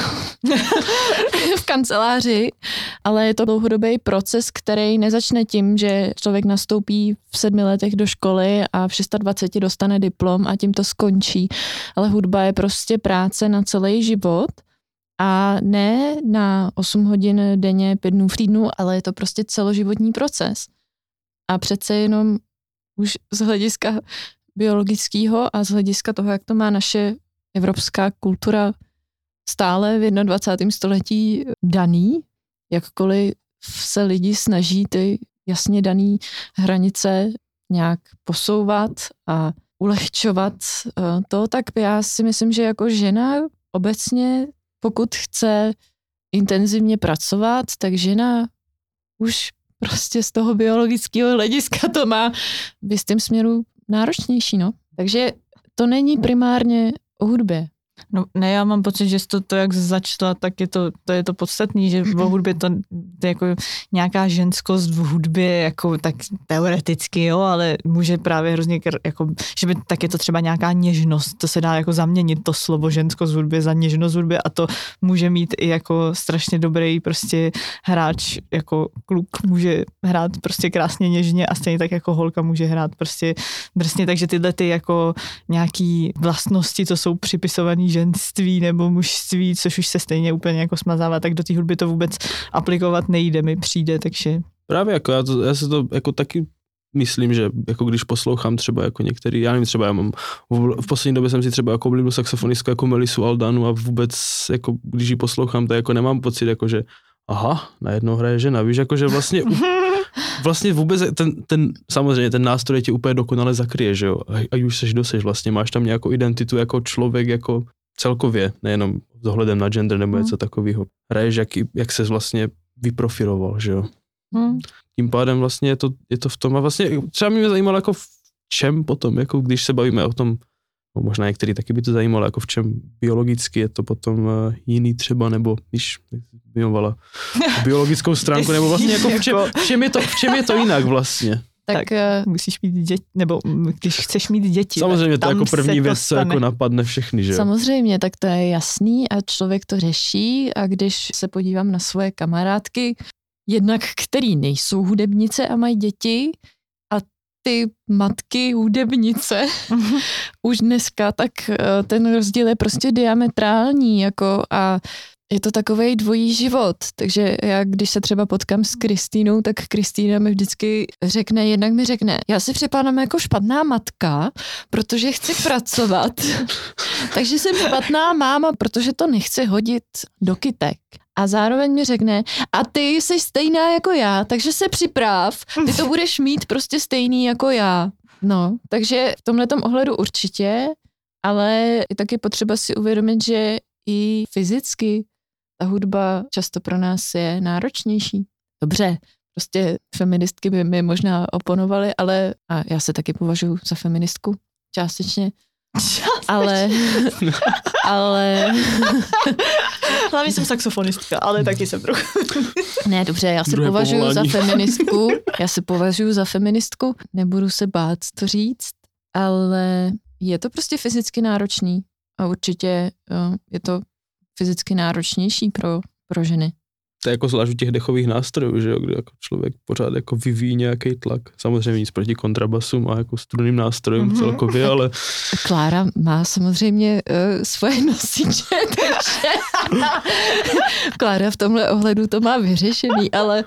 v kanceláři, ale je to dlouhodobý proces, který nezačne tím, že člověk nastoupí v 7 letech do školy a v 26 dostane diplom a tím to skončí. Ale hudba je prostě práce na celý život a ne na 8 hodin denně, 5 dnů v týdnu, ale je to prostě celoživotní proces. A přece jenom už z hlediska biologického a z hlediska toho, jak to má naše evropská kultura stále v 21. století daný, jakkoliv se lidi snaží ty jasně daný hranice nějak posouvat a ulehčovat to, tak já si myslím, že jako žena obecně, pokud chce intenzivně pracovat, tak žena už prostě z toho biologického hlediska to má v jistém směru náročnější, no. Takže to není primárně o hudbě. No ne, já mám pocit, že to jak začala, tak je to podstatný, že v hudbě to je jako nějaká ženskost v hudbě, jako tak teoreticky, jo, ale může právě hrozně, jako, že by tak je to třeba nějaká něžnost, to se dá jako zaměnit to slovo ženskost v hudbě za něžnost v hudbě a to může mít i jako strašně dobrý prostě hráč, jako kluk může hrát prostě krásně něžně a stejně tak jako holka může hrát prostě drsně, takže tyhle ty jako nějaký vlastnosti, co jsou připisovaný ženství nebo mužství, což už se stejně úplně jako smazává, tak do té hudby to vůbec aplikovat nejde, mi přijde, takže... Právě jako já se to jako taky myslím, že jako když poslouchám třeba jako některý, já nevím, třeba já mám, v poslední době jsem si třeba jako oblíbil saxofonistku jako Melisu Aldanu a vůbec jako když ji poslouchám, tak jako nemám pocit jako, že aha, najednou hraje žena, víš, jako že vlastně vůbec samozřejmě ten nástroj tě úplně dokonale zakryje, že jo, a už seš doseš, vlastně máš tam nějakou identitu jako člověk, jako celkově, nejenom s ohledem na gender nebo něco takového. Hraješ, jak ses vlastně vyprofiloval, že jo. Tím pádem vlastně je to v tom a vlastně třeba mě zajímalo jako v čem potom, jako když se bavíme o tom, no možná některý taky by to zajímalo, jako v čem biologicky je to potom jiný třeba, nebo když vyjmenovala biologickou stránku, nebo vlastně jako v čem je to jinak vlastně. Tak musíš mít děti, nebo když chceš mít děti. Samozřejmě to jako první věc, co jako napadne všechny, že jo? Samozřejmě, tak to je jasný a člověk to řeší a když se podívám na svoje kamarádky, jednak který nejsou hudebnice a mají děti a ty matky hudebnice už dneska, tak ten rozdíl je prostě diametrální jako a je to takovej dvojí život, takže já když se třeba potkám s Kristýnou, tak Kristýna mi vždycky jednak mi řekne, já si připadám jako špatná matka, protože chci pracovat, takže jsem špatná máma, protože to nechci hodit do kytek. A zároveň mi řekne, a ty jsi stejná jako já, takže se připrav, ty to budeš mít prostě stejný jako já. No, takže v tomhletom ohledu určitě, ale je taky potřeba si uvědomit, že i fyzicky ta hudba často pro nás je náročnější. Dobře, prostě feministky by mi možná oponovaly, ale a já se taky považuji za feministku částečně. Ale hlavně jsem saxofonistka, ale taky jsem trochu. Ne, dobře, já se považuji za feministku, nebudu se bát to říct, ale je to prostě fyzicky náročný a určitě je to fyzicky náročnější pro ženy. To je jako zvlášť u těch dechových nástrojů, že jo, kde jako člověk pořád jako vyvíjí nějaký tlak. Samozřejmě nic proti kontrabasům a jako strunným nástrojům celkově, ale... Klára má samozřejmě svoje nosiče, takže Klára v tomhle ohledu to má vyřešený, ale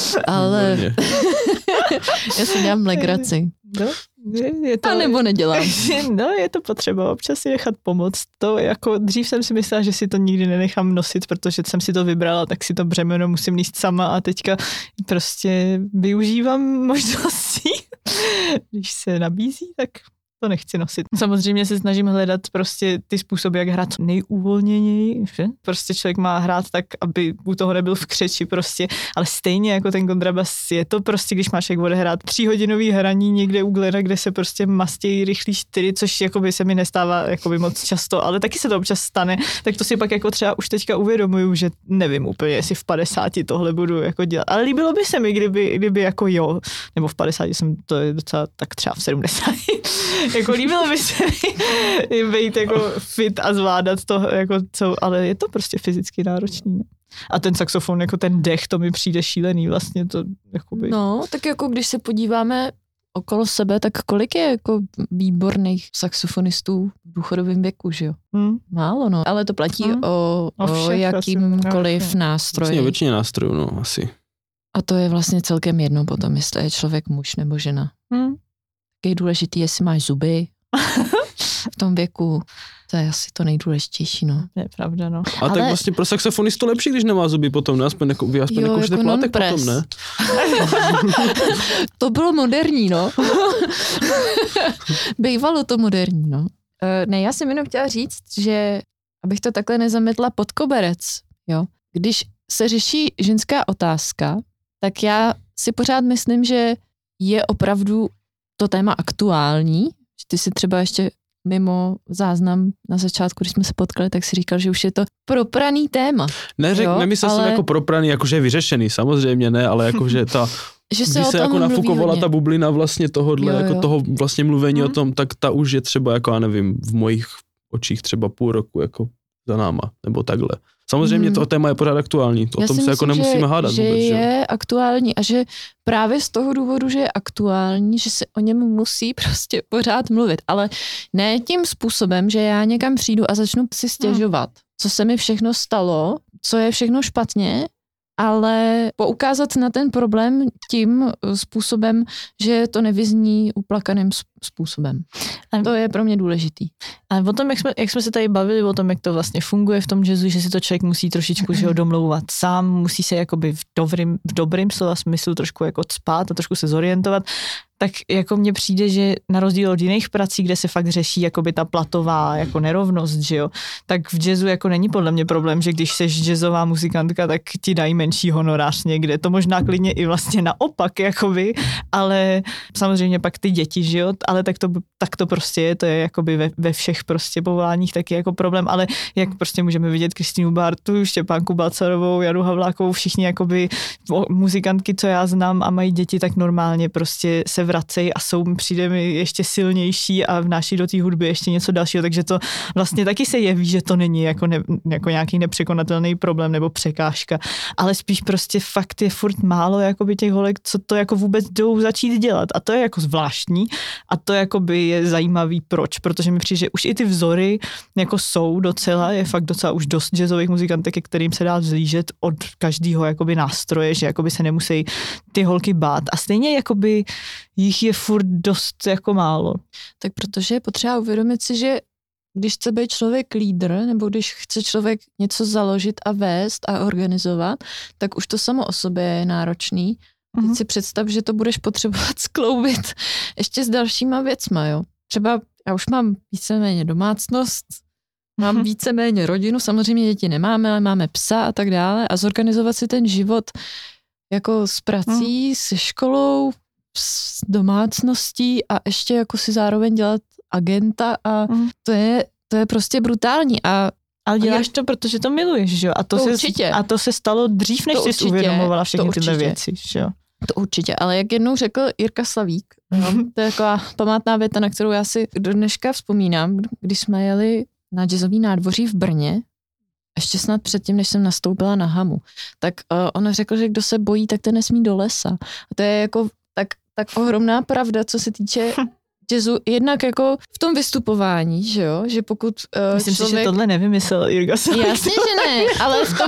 já si dělám legraci. No, je to... A nebo nedělám. No, je to potřeba občas si nechat pomoct. To jako dřív jsem si myslela, že si to nikdy nenechám nosit, protože jsem si to vybrala, tak si to břemeno musím nést sama a teďka prostě využívám možností. Když se nabízí, tak to nechci nosit. Samozřejmě se snažím hledat prostě ty způsoby, jak hrát nejúvolněněji, že? Prostě člověk má hrát tak, aby u toho nebyl v křeči prostě, ale stejně jako ten kontrabas je to prostě, když máš jak odehrát 3hodinový hraní někde u Glena, kde se prostě mastějí rychlý 4, což jakoby se mi nestává jakoby moc často, ale taky se to občas stane, tak to si pak jako třeba už teďka uvědomuju, že nevím úplně, jestli v 50 tohle budu jako dělat, ale líbilo by se mi, kdyby jako jo, nebo v 50 jsem to je docela tak třeba v 70. Jako líbilo by se mi být jako fit a zvládat to, jako co, ale je to prostě fyzicky náročný. A ten saxofon, jako ten dech, to mi přijde šílený vlastně. To, jakoby... No, tak jako když se podíváme okolo sebe, tak kolik je jako výborných saxofonistů v důchodovém věku, že jo? Málo, no. Ale to platí o jakýmkoliv nástroji. Vlastně většině nástrojů, no, asi. A to je vlastně celkem jedno potom, jestli je člověk muž nebo žena. Je důležitý, jestli máš zuby v tom věku. To je asi to nejdůležitější, no. To je pravda, no. A tak vlastně pro saxofonistu lepší, když nemá zuby potom, ne? Aspoň vy aspoň nekoušete jako plátek potom, ne? To bylo moderní, no. Bývalo to moderní, no. Ne, já jsem jenom chtěla říct, že abych to takhle nezametla pod koberec, jo. Když se řeší ženská otázka, tak já si pořád myslím, že je opravdu to téma aktuální. Ty si třeba ještě mimo záznam na začátku, když jsme se potkali, tak si říkal, že už je to propraný téma. Nemyslel jsem jako propraný, jakože je vyřešený, samozřejmě ne, ale jakože ta, že když se jako nafukovala ta bublina vlastně tohodle, jako toho vlastně mluvení o tom, tak ta už je třeba jako, já nevím, v mojich očích třeba půl roku jako za náma, nebo takhle. Samozřejmě to téma je pořád aktuální, o tom se jako nemusíme hádat že vůbec. Že je aktuální a že právě z toho důvodu, že je aktuální, že se o něm musí prostě pořád mluvit, ale ne tím způsobem, že já někam přijdu a začnu si stěžovat, co se mi všechno stalo, co je všechno špatně, ale poukázat na ten problém tím způsobem, že to nevyzní uplakaným způsobem. To je pro mě důležitý. A o tom, jak jsme se tady bavili o tom, jak to vlastně funguje v tom jazzu, že si to člověk musí trošičku že ho domlouvat sám, musí se jakoby v dobrým slova smyslu trošku jako cpát a trošku se zorientovat, tak jako mně přijde, že na rozdíl od jiných prací, kde se fakt řeší jakoby ta platová jako nerovnost, že jo, tak v jazzu jako není podle mě problém, že když seš jazzová muzikantka, tak ti dají menší honorář někde. To možná klidně i vlastně naopak, jakoby, ale samozřejmě pak ty děti, že jo, ale tak to prostě je, to je jakoby ve všech prostě povoláních taky jako problém, ale jak prostě můžeme vidět Kristýnu Bartu, Štěpánku Balcarovou, Janu Havlákovou, všichni jakoby muzikantky, co já znám a mají děti, tak normálně prostě se vracejí a přijde mi ještě silnější a vnáší do té hudby ještě něco dalšího, takže to vlastně taky se jeví, že to není jako nějaký nepřekonatelný problém nebo překážka, ale spíš prostě fakt je furt málo jakoby těch holek, co to jako vůbec jdou začít dělat a to je jako zvláštní a to jakoby je zajímavý proč, protože mi přijde, že už i ty vzory jako jsou docela, je fakt docela už dost jazzových muzikantek, ke kterým se dá vzlížet od každého jakoby nástroje, že jakoby se nemusí ty holky bát a stejně jakoby jich je furt dost jako málo. Tak protože je potřeba uvědomit si, že když chce být člověk lídr, nebo když chce člověk něco založit a vést a organizovat, tak už to samo o sobě je náročný. Teď si představ, že to budeš potřebovat skloubit ještě s dalšíma věcma, jo. Třeba já už mám víceméně domácnost, mám víceméně rodinu, samozřejmě děti nemáme, ale máme psa a tak dále a zorganizovat si ten život jako s prací, se školou, s domácností a ještě jako si zároveň dělat agenta a to je prostě brutální ale děláš to, protože to miluješ, že jo? A to se stalo dřív, než jsi uvědomovala všechny tyhle věci, že jo? To určitě, ale jak jednou řekl Jirka Slavík, to je taková památná věta, na kterou já si do dneška vzpomínám, když jsme jeli na jazzový nádvoří v Brně, ještě snad předtím, než jsem nastoupila na Hamu, tak on řekl, že kdo se bojí, tak ten nesmí do lesa. A to je jako tak ohromná pravda, co se týče jazzu, jednak jako v tom vystupování, že jo, že pokud myslím si, že tohle nevymyslel Jirka Slavík. Jasně, že ne, ale v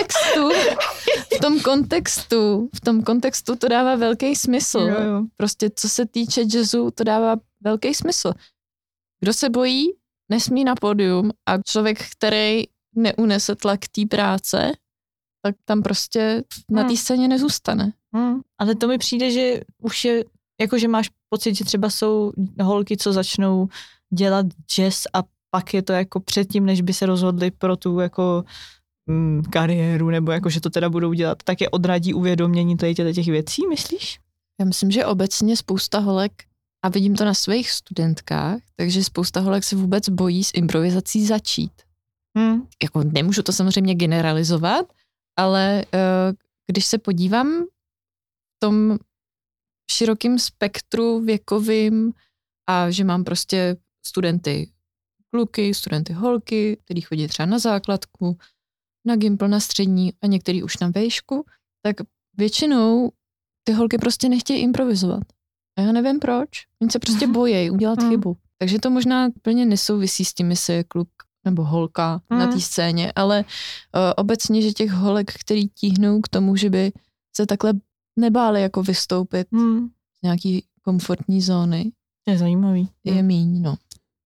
tom kontextu to dává velký smysl. Jo. Prostě co se týče jazzu, to dává velký smysl. Kdo se bojí, nesmí na pódium a člověk, který neunese tlak té práce, tak tam prostě na té scéně nezůstane. Ale to mi přijde, že už je, jakože máš pocit, že třeba jsou holky, co začnou dělat jazz a pak je to jako předtím, než by se rozhodli pro tu jako kariéru, nebo jako, že to teda budou dělat, tak je odradí uvědomění těch věcí, myslíš? Já myslím, že obecně spousta holek, a vidím to na svých studentkách, takže spousta holek se vůbec bojí s improvizací začít. Jako nemůžu to samozřejmě generalizovat, ale když se podívám v tom širokém spektru věkovým a že mám prostě studenty kluky, studenty holky, který chodí třeba na základku, na gympl, na střední a některý už na vejšku, tak většinou ty holky prostě nechtějí improvizovat. A já nevím proč. Oni se prostě bojí udělat chybu. Takže to možná úplně nesouvisí s tím, jestli je kluk nebo holka na té scéně, ale obecně, že těch holek, který tíhnou k tomu, že by se takhle nebáli jako vystoupit z nějaký komfortní zóny. To je zajímavý. Je míň, no.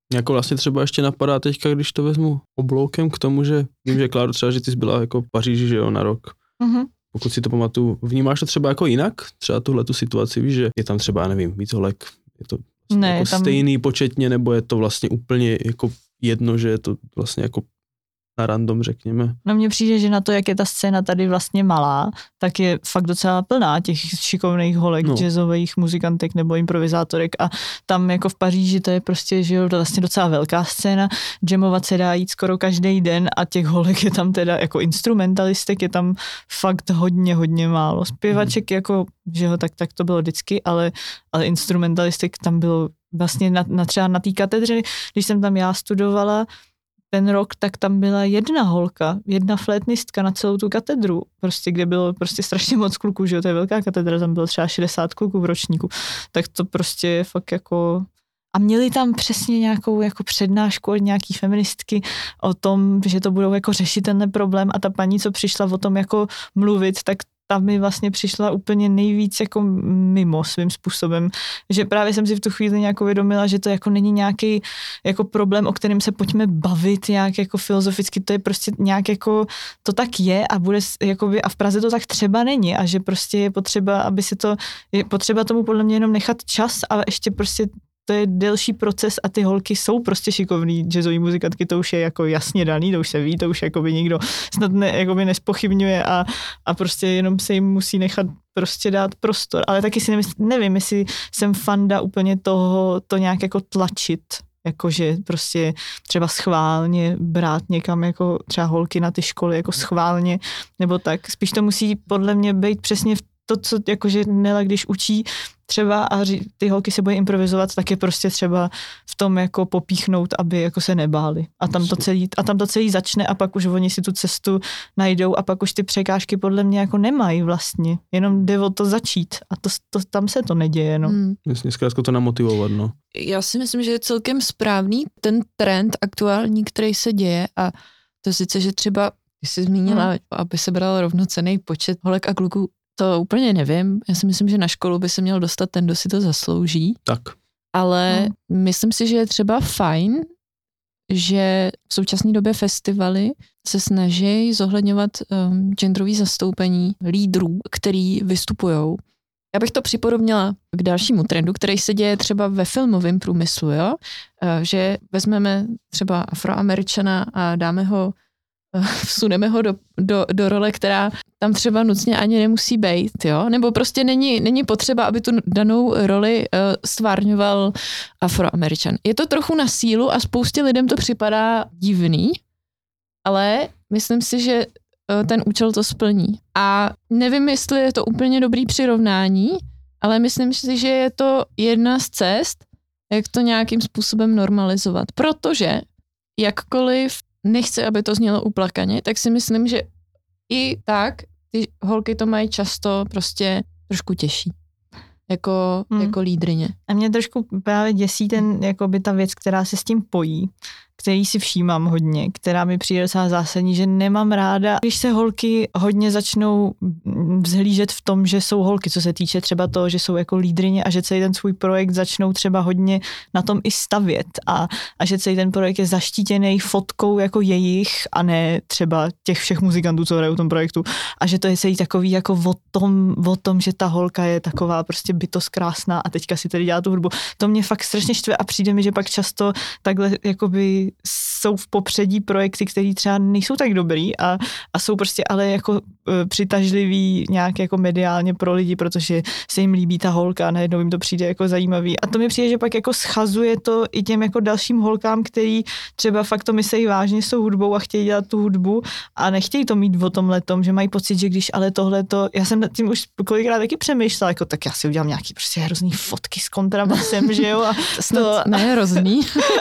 Jako vlastně třeba ještě napadá teďka, když to vezmu obloukem k tomu, že vím, že Kláro třeba, že ty jsi byla jako v Paříži, že jo, na rok. Mm-hmm. Pokud si to pamatuju, vnímáš to třeba jako jinak? Třeba tuhletu situaci, víš, že je tam třeba, já nevím, víc holek, je to vlastně jako tam stejný početně, nebo je to vlastně úplně jako jedno, že je to vlastně jako na random, řekněme. No mně přijde, že na to, jak je ta scéna tady vlastně malá, tak je fakt docela plná těch šikovných holek, jazzových muzikantek nebo improvizátorek a tam jako v Paříži to je prostě, že jo, vlastně docela velká scéna, jamovat se dá jít skoro každý den a těch holek je tam teda jako instrumentalistek je tam fakt hodně málo. Zpěvaček jako, že jo, tak to bylo vždycky, ale instrumentalistek tam bylo vlastně třeba na té katedře, když jsem tam já studovala ten rok, tak tam byla jedna holka, jedna flétnistka na celou tu katedru, prostě, kde bylo prostě strašně moc kluků, že jo, to je velká katedra, tam bylo třeba 60 kluků v ročníku, tak to prostě je fakt jako... A měli tam přesně nějakou jako přednášku od nějaký feministky o tom, že to budou jako řešit tenhle problém a ta paní, co přišla o tom jako mluvit, tak ta mi vlastně přišla úplně nejvíc jako mimo svým způsobem, že právě jsem si v tu chvíli nějak uvědomila, že to jako není nějaký jako problém, o kterém se pojďme bavit nějak jako filozoficky, to je prostě nějak jako, to tak je a bude jakoby, a v Praze to tak třeba není a že prostě je potřeba, aby se to, je potřeba tomu podle mě jenom nechat čas a ještě prostě to je delší proces a ty holky jsou prostě šikovný jazzový muzikantky, to už je jako jasně daný, to už se ví, to už jakoby nikdo snad jakoby nespochybňuje a prostě jenom se jim musí nechat prostě dát prostor, ale taky si nevím, jestli jsem fanda úplně toho, to nějak jako tlačit, jakože prostě třeba schválně brát někam jako třeba holky na ty školy jako schválně, nebo tak, spíš to musí podle mě být přesně v to, co jakože Nela, když učí třeba a ty holky se bude improvizovat, tak je prostě třeba v tom jako popíchnout, aby jako se nebáli. A tam to celý začne a pak už oni si tu cestu najdou a pak už ty překážky podle mě jako nemají vlastně. Jenom jde o to začít a tam se to neděje, no. Jasně, zkrátka to namotivovat, no. Já si myslím, že je celkem správný ten trend aktuální, který se děje a to sice, že třeba, když jsi zmínila, aby se bral rovnocenný počet holek a kluků, to úplně nevím. Já si myslím, že na školu by se měl dostat ten, kdo si to zaslouží. Tak. Ale myslím si, že je třeba fajn, že v současné době festivaly se snaží zohledňovat genderový zastoupení lídrů, který vystupujou. Já bych to připodobnila k dalšímu trendu, který se děje třeba ve filmovém průmyslu, jo? Že vezmeme třeba Afroameričana a vsuneme ho do role, která tam třeba nutně ani nemusí být, jo? Nebo prostě není potřeba, aby tu danou roli stvárňoval Afroameričan. Je to trochu na sílu a spoustě lidem to připadá divný, ale myslím si, že ten účel to splní. A nevím, jestli je to úplně dobrý přirovnání, ale myslím si, že je to jedna z cest, jak to nějakým způsobem normalizovat. Protože jakkoliv nechci, aby to znělo uplakaně, tak si myslím, že i tak ty holky to mají často prostě trošku těžší. Jako lídryně. A mě trošku právě děsí jakoby ta věc, která se s tím pojí, který si všímám hodně, která mi přijde docela zásadní, že nemám ráda, když se holky hodně začnou vzhlížet v tom, že jsou holky, co se týče třeba toho, že jsou jako lídryně a že celý ten svůj projekt začnou třeba hodně na tom i stavět a že celý ten projekt je zaštítěný fotkou jako jejich a ne třeba těch všech muzikantů, co hrajou v tom projektu a že to je celý takový jako o tom, že ta holka je taková prostě bytost krásná a teďka si tady dělá tu hudbu. To mě fakt strašně štve a přijde mi, že pak často takhle jakoby jsou v popředí projekty, které třeba nejsou tak dobrý a jsou prostě ale jako přitažlivý nějak jako mediálně pro lidi, protože se jim líbí ta holka a najednou jim to přijde jako zajímavý. A to mi přijde, že pak jako schazuje to i těm jako dalším holkám, který třeba fakt to myslejí vážně s tou hudbou a chtějí dělat tu hudbu a nechtějí to mít o tomhletom, že mají pocit, že když ale tohleto, já jsem nad tím už kolikrát taky přemýšlela, jako tak já si udělám nějaký prostě hrozný fotky s kontrabasem, že jo? A to ne hrozný.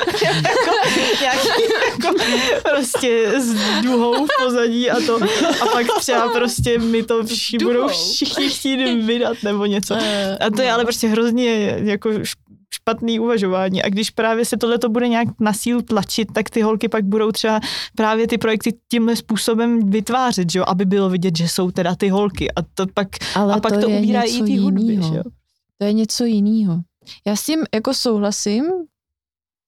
jako prostě s duhou v pozadí a pak třeba prostě mi to budou všichni chtít vydat nebo něco. A to je ale prostě hrozně jako špatný uvažování. A když právě se tohleto bude nějak na sílu tlačit, tak ty holky pak budou třeba právě ty projekty tímhle způsobem vytvářet, že jo, aby bylo vidět, že jsou teda ty holky. A to pak, ale a pak to ubírá i ty hudby, že jo. To je něco jiného. Já s tím jako souhlasím,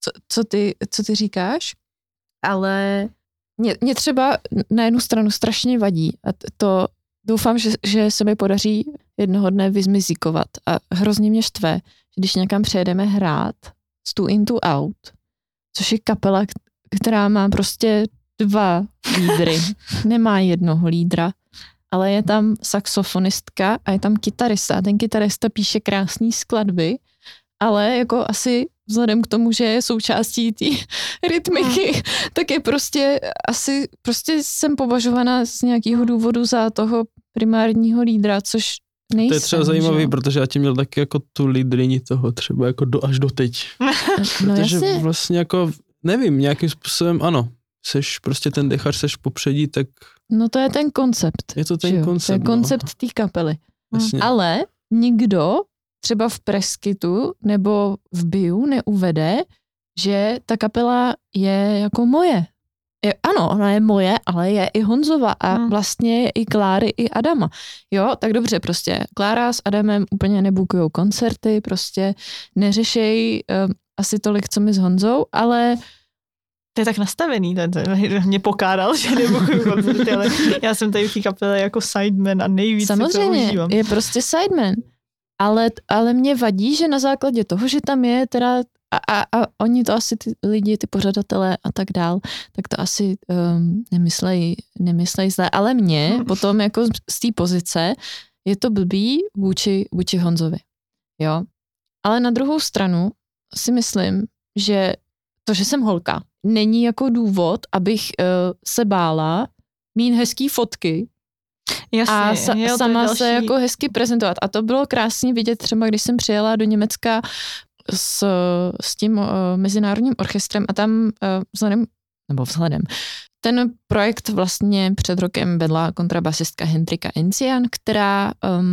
co ty říkáš, ale mě třeba na jednu stranu strašně vadí a to doufám, že se mi podaří jednoho dne vyzmizikovat a hrozně mě štve, když někam přejedeme hrát z Two Into Out, což je kapela, která má prostě 2 lídry, nemá jednoho lídra, ale je tam saxofonistka a je tam kytarista. Ten kytarista píše krásné skladby, ale jako asi vzhledem k tomu, že je součástí té rytmiky, tak je prostě asi jsem považovaná z nějakého důvodu za toho primárního lídra, což nejsem. To je třeba zajímavý, protože já tě měl taky jako tu lídrini toho třeba jako až doteď. Protože jasně. vlastně jako, nevím, nějakým způsobem ano, seš prostě ten dechař, seš popředí, tak... No to je ten koncept. Je to ten koncept, to je koncept té kapely. Jasně. Ale nikdo třeba v preskytu nebo v biu neuvede, že ta kapela je jako moje. Ano, ona je moje, ale je i Honzova a vlastně je i Kláry, i Adama. Jo, tak dobře, prostě Klára s Adamem úplně nebukujou koncerty, prostě neřešej asi tolik, co my s Honzou, ale to je tak nastavený, mě pokádal, že nebukuju koncerty, ale já jsem tady v té kapele jako sideman a nejvíc samozřejmě, to užívám. je prostě sideman, ale mě vadí, že na základě toho, že tam je teda a oni to asi ty lidi, ty pořadatelé a tak dál, tak to asi nemyslejí zle, ale mě potom jako z té pozice je to blbý vůči Honzovi, jo. Ale na druhou stranu si myslím, že to, že jsem holka, není jako důvod, abych se bála mít hezký fotky. Jasně, a sama se jako hezky prezentovat. A to bylo krásně vidět třeba, když jsem přijela do Německa s tím mezinárodním orchestrem a tam vzhledem. Ten projekt vlastně před rokem vedla kontrabasistka Hendrika Encian, která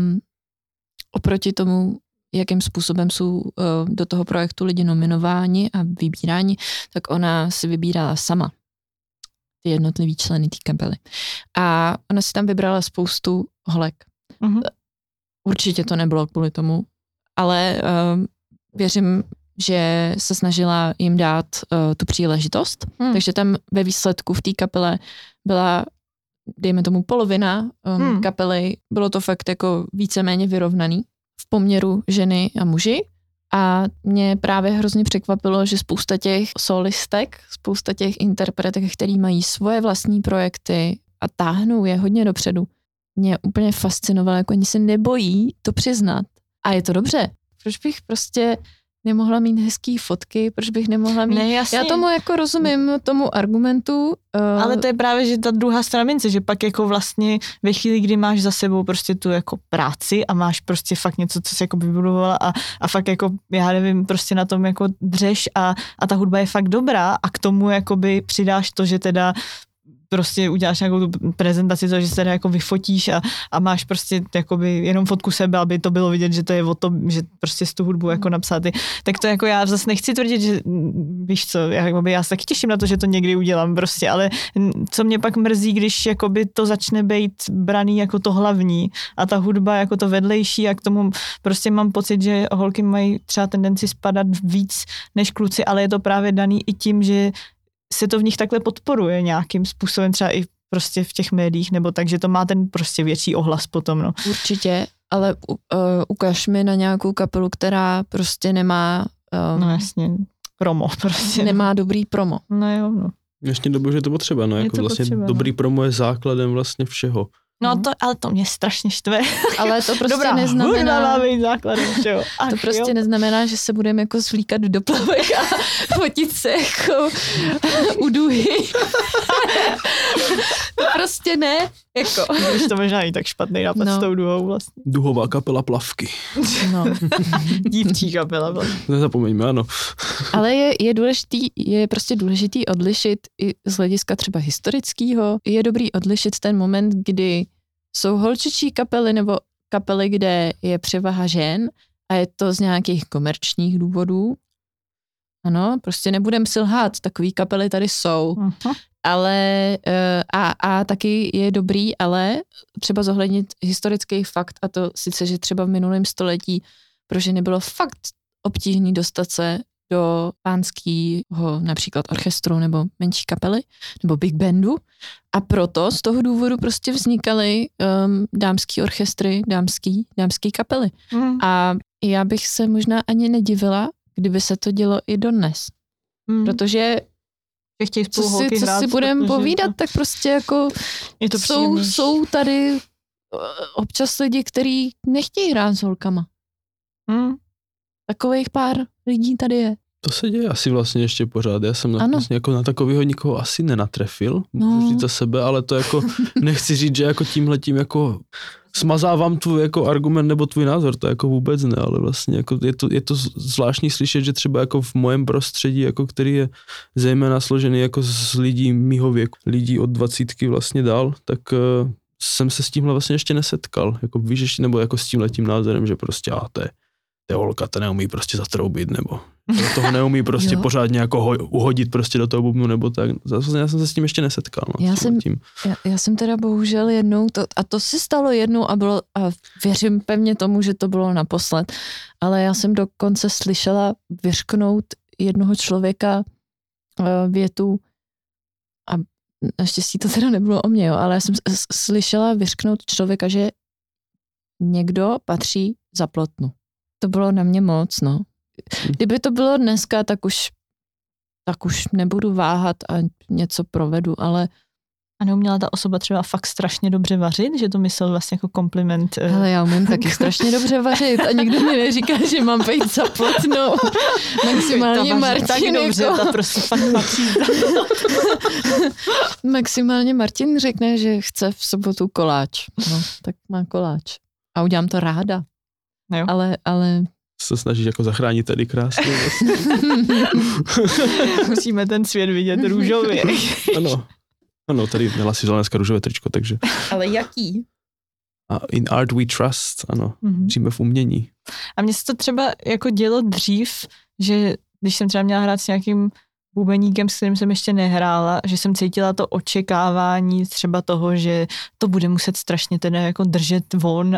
oproti tomu, jakým způsobem jsou do toho projektu lidi nominováni a vybíráni, tak ona si vybírala sama ty jednotlivý členy té kapely. A ona si tam vybrala spoustu holek. Mm-hmm. Určitě to nebylo kvůli tomu, ale věřím, že se snažila jim dát tu příležitost. Takže tam ve výsledku v té kapele byla, dejme tomu, polovina kapely. Bylo to fakt jako víceméně vyrovnaný v poměru ženy a muži. A mě právě hrozně překvapilo, že spousta těch solistek, spousta těch interpretek, který mají svoje vlastní projekty a táhnou je hodně dopředu, mě úplně fascinovalo, jako oni se nebojí to přiznat. A je to dobře. Proč bych prostě nemohla mít hezký fotky, proč bych nemohla mít... Já tomu jako rozumím, tomu argumentu. Ale to je právě, že ta druhá strana mince, že pak jako vlastně ve chvíli, kdy máš za sebou prostě tu jako práci a máš prostě fakt něco, co jsi jako vybudovala a fakt jako, já nevím, prostě na tom jako dřeš a ta hudba je fakt dobrá a k tomu jakoby přidáš to, že teda prostě uděláš nějakou tu prezentaci, to, že se teda jako vyfotíš a máš prostě jakoby jenom fotku sebe, aby to bylo vidět, že to je o to, že prostě z tu hudbu jako napsat. Tak to jako já zase nechci tvrdit, že víš co, já se taky těším na to, že to někdy udělám prostě, ale co mě pak mrzí, když jakoby to začne být braný jako to hlavní a ta hudba jako to vedlejší a k tomu prostě mám pocit, že holky mají třeba tendenci spadat víc než kluci, ale je to právě daný i tím, že se to v nich takhle podporuje nějakým způsobem, třeba i prostě v těch médiích, nebo tak, že to má ten prostě větší ohlas potom, no. Určitě, ale ukaž mi na nějakou kapelu, která prostě nemá... no jasně, promo prostě. Nemá dobrý promo. No jo, no. Ještě dobu, že to potřeba, no, jako vlastně potřeba, dobrý promo je základem vlastně všeho. No ale to mě strašně štve. Ale to prostě dobrá, neznamená... Dobrá, má být základem všeho. To prostě neznamená, že se budeme jako zvlíkat do plavek a fotit se jako u duhy. To prostě ne, jako. Když to možná i tak špatný nápad s tou duhou vlastně. Duhová kapela Plavky. No. Dívčí kapela Plavky. Nezapomeňme, ano. Ale je prostě důležitý odlišit i z hlediska třeba historického. Je dobrý odlišit ten moment, kdy jsou holčičí kapely nebo kapely, kde je převaha žen a je to z nějakých komerčních důvodů. Ano, prostě nebudem si lhát, takový kapely tady jsou. Uh-huh. Ale a taky je dobrý, ale třeba zohlednit historický fakt a to sice, že třeba v minulém století pro ženy bylo fakt obtížný dostat se do pánského například orchestru nebo menší kapely nebo big bandu a proto z toho důvodu prostě vznikaly dámský orchestry, dámský kapely. A já bych se možná ani nedivila, kdyby se to dělo i dodnes. Protože co si budeme povídat, tak prostě jako jsou tady občas lidi, kteří nechtějí hrát s holkama. Takových pár lidí tady je. To se děje asi vlastně ještě pořád. Já jsem vlastně jako na takového nikoho asi nenatrefil, můžu říct za sebe, ale to jako nechci říct, že jako tímhletím jako smazávám tvůj jako argument nebo tvůj názor, to jako vůbec ne, ale vlastně jako je to zvláštní slyšet, že třeba jako v mojem prostředí, jako který je zejména složený jako z lidí mýho věku, lidí od 20 vlastně dál, tak jsem se s tímhle vlastně ještě nesetkal, jako víš, nebo jako s tímhletím názorem, že prostě to je holka, ta neumí prostě zatroubit, nebo toho neumí prostě pořádně jako uhodit prostě do toho bubnu, nebo tak. Zase já jsem se s tím ještě nesetkal. No, já jsem teda bohužel jednou, to se stalo jednou a věřím pevně tomu, že to bylo naposled, ale já jsem dokonce slyšela vyřknout jednoho člověka větu a naštěstí to teda nebylo o mě, ale já jsem slyšela vyřknout člověka, že někdo patří za plotnu. To bylo na mě moc, no. Kdyby to bylo dneska, tak už nebudu váhat a něco provedu, ale... A neuměla ta osoba třeba fakt strašně dobře vařit, že to myslel vlastně jako kompliment? Ale já umím taky strašně dobře vařit a nikdo mi neříká, že mám být za plotnou. Maximálně Martin tak dobře, jako... ta prostě fakt patří. Maximálně Martin řekne, že chce v sobotu koláč. No, tak má koláč. A udělám to ráda. Jo. Ale se snažíš jako zachránit tady krásně. Musíme ten svět vidět růžově. Ano, tady měla si dneska růžové tričko, takže. Ale jaký? In art we trust, ano. Žijeme v umění. A mně se to třeba jako dělo dřív, že když jsem třeba měla hrát s nějakým bubeníkem, s kterým jsem ještě nehrála, že jsem cítila to očekávání třeba toho, že to bude muset strašně teda jako držet von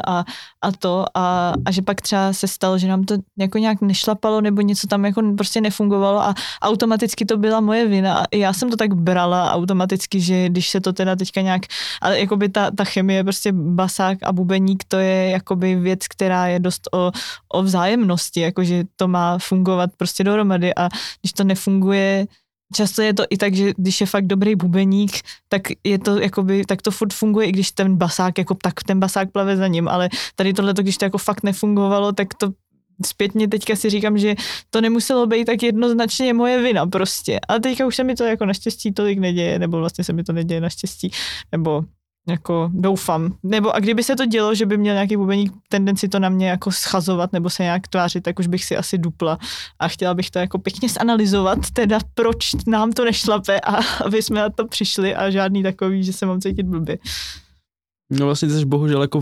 a že pak třeba se stalo, že nám to jako nějak nešlapalo nebo něco tam jako prostě nefungovalo a automaticky to byla moje vina a já jsem to tak brala automaticky, že když se to teda teďka nějak, ale jakoby ta chemie, prostě basák a bubeník, to je jakoby věc, která je dost o vzájemnosti, jakože to má fungovat prostě dohromady a když to nefunguje. Často je to i tak, že když je fakt dobrý bubeník, tak je to jakoby, tak to furt funguje, i když ten basák, jako tak ten basák plave za ním, ale tady tohleto, když to jako fakt nefungovalo, tak to zpětně teďka si říkám, že to nemuselo být tak jednoznačně moje vina prostě. Ale teďka už se mi to jako naštěstí tolik neděje, nebo vlastně se mi to neděje naštěstí, nebo jako doufám. Nebo a kdyby se to dělo, že by měl nějaký bubeník tendenci to na mě jako schazovat nebo se nějak tvářit, tak už bych si asi dupla a chtěla bych to jako pěkně zanalizovat, teda proč nám to nešlape a aby jsme na to přišli a žádný takový, že se mám cítit blbě. No vlastně jsi bohužel jako,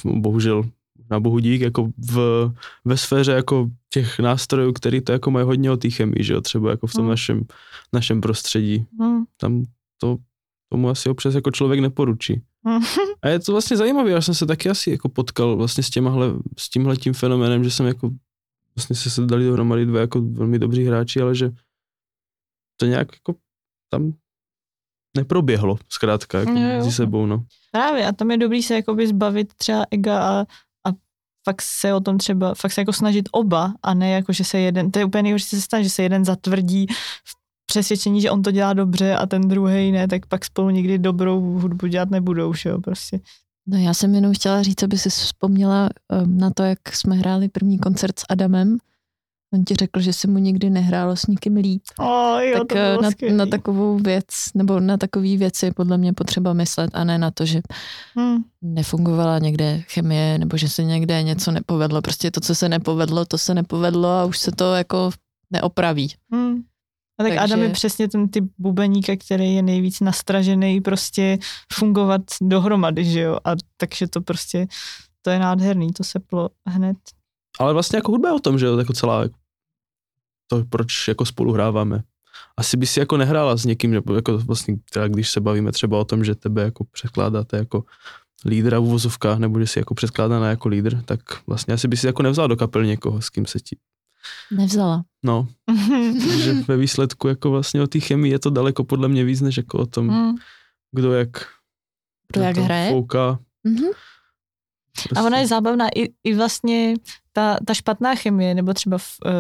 na bohu dík, jako ve sféře jako těch nástrojů, který to jako mají hodně o té chemii, že jo, třeba jako v tom našem prostředí. Tam to tomu asi občas jako člověk neporučí. A je to vlastně zajímavé, já jsem se taky asi jako potkal vlastně s tímhletím fenoménem, že jsem jako vlastně se dali dohromady dva jako velmi dobří hráči, ale že to nějak jako tam neproběhlo zkrátka jako mezi sebou, no. Právě a tam je dobrý se jakoby zbavit třeba ega a fakt se o tom třeba, fakt se jako snažit oba a ne jako, že se jeden, to je úplně nejhorší, se stane, že se jeden zatvrdí v přesvědčení, že on to dělá dobře a ten druhej ne, tak pak spolu nikdy dobrou hudbu dělat nebudou, že jo, prostě. No já jsem jenom chtěla říct, aby si vzpomněla na to, jak jsme hráli první koncert s Adamem. On ti řekl, že se mu nikdy nehrálo s nikým líp. Jo, tak na takovou věc, nebo na takový věci je podle mě potřeba myslet a ne na to, že nefungovala někde chemie, nebo že se někde něco nepovedlo. Prostě to, co se nepovedlo, to se nepovedlo a už se to jako neopraví. A tak Adam je přesně ten typ bubeníka, který je nejvíc nastražený prostě fungovat dohromady, že jo? A takže to prostě, to je nádherný, to seplo hned. Ale vlastně jako hudba je o tom, že jo, jako celá, to proč jako spolu hráváme. Asi by si jako nehrála s někým, jako vlastně, teda když se bavíme třeba o tom, že tebe jako předkládáte jako lídra v uvozovkách, nebo že si jako předkládána jako lídr, tak vlastně asi by si jako nevzal do kapel někoho, s kým se ti Nevzala. No, že ve výsledku jako vlastně o té chemii je to daleko podle mě víc, než jako o tom, kdo jak hraje. Fouká. Prostě. A ona je zábavná i vlastně ta špatná chemie, nebo třeba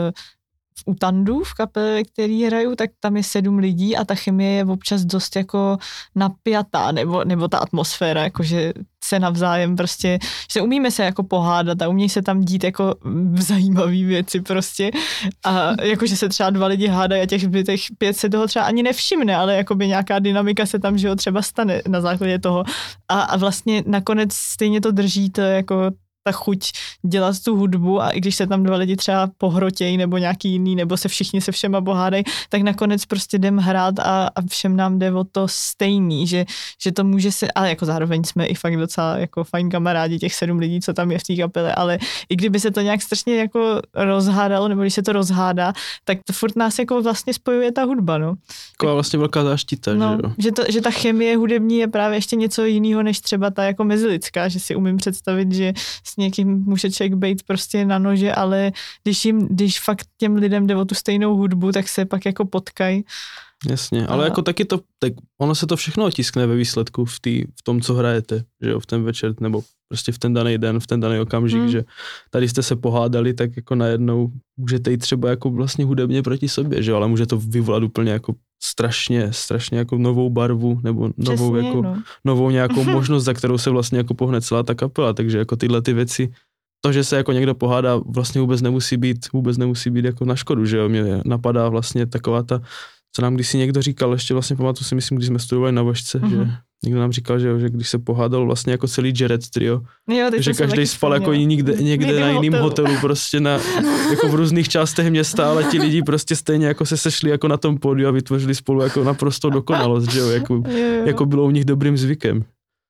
u Tandu, v kapele, který hraju, tak tam je 7 lidí a ta chemie je občas dost jako napjatá, nebo ta atmosféra, jakože se navzájem prostě, že umíme se jako pohádat a umí se tam dít jako zajímavý věci prostě a jakože se třeba 2 lidi hádají a těch 5 se toho třeba ani nevšimne, ale jakoby nějaká dynamika se tam, že jo, třeba stane na základě toho a vlastně nakonec stejně to drží to jako ta chuť dělat tu hudbu a i když se tam 2 lidi třeba pohrotějí nebo nějaký jiný, nebo se všichni se všema pohádají, tak nakonec prostě jdem hrát a všem nám jde o to stejný, že to může se, ale jako zároveň jsme i fakt docela jako fajn kamarádi těch 7 lidí, co tam je v té kapele, ale i kdyby se to nějak strašně jako rozhádalo, nebo když se to rozhádá, tak to furt nás jako vlastně spojuje ta hudba, no. Taková vlastně velká záštita, no, že jo? Že ta chemie hudební je právě ještě něco jiného, než třeba ta jako mezilidská, že si umím představit, že s někým může člověk být prostě na nože, ale když fakt těm lidem jde o tu stejnou hudbu, tak se pak jako potkají. Jasně, ale jako taky to, tak ono se to všechno otiskne ve výsledku v tom, co hrajete, že jo, v ten večer, nebo prostě v ten daný den, v ten daný okamžik, že tady jste se pohádali, tak jako najednou můžete jít třeba jako vlastně hudebně proti sobě, že jo, ale může to vyvolat úplně jako strašně jako novou barvu, nebo novou, přesně, jako, novou nějakou možnost, za kterou se vlastně jako pohne celá ta kapela, takže jako tyhle ty věci, to, že se jako někdo pohádá, vlastně vůbec nemusí být jako na škodu, že jo, mě napadá vlastně taková ta, co nám kdysi někdo říkal, ještě vlastně pamatuju si, myslím, když jsme studovali na Vožce, že někdo nám říkal, že když se pohádal vlastně jako celý Jared trio, že každý spal jako někde na jiným hotelu, prostě jako v různých částech města, ale ti lidi prostě stejně jako se sešli jako na tom pódiu a vytvořili spolu jako naprosto dokonalost, že jo, jako bylo u nich dobrým zvykem.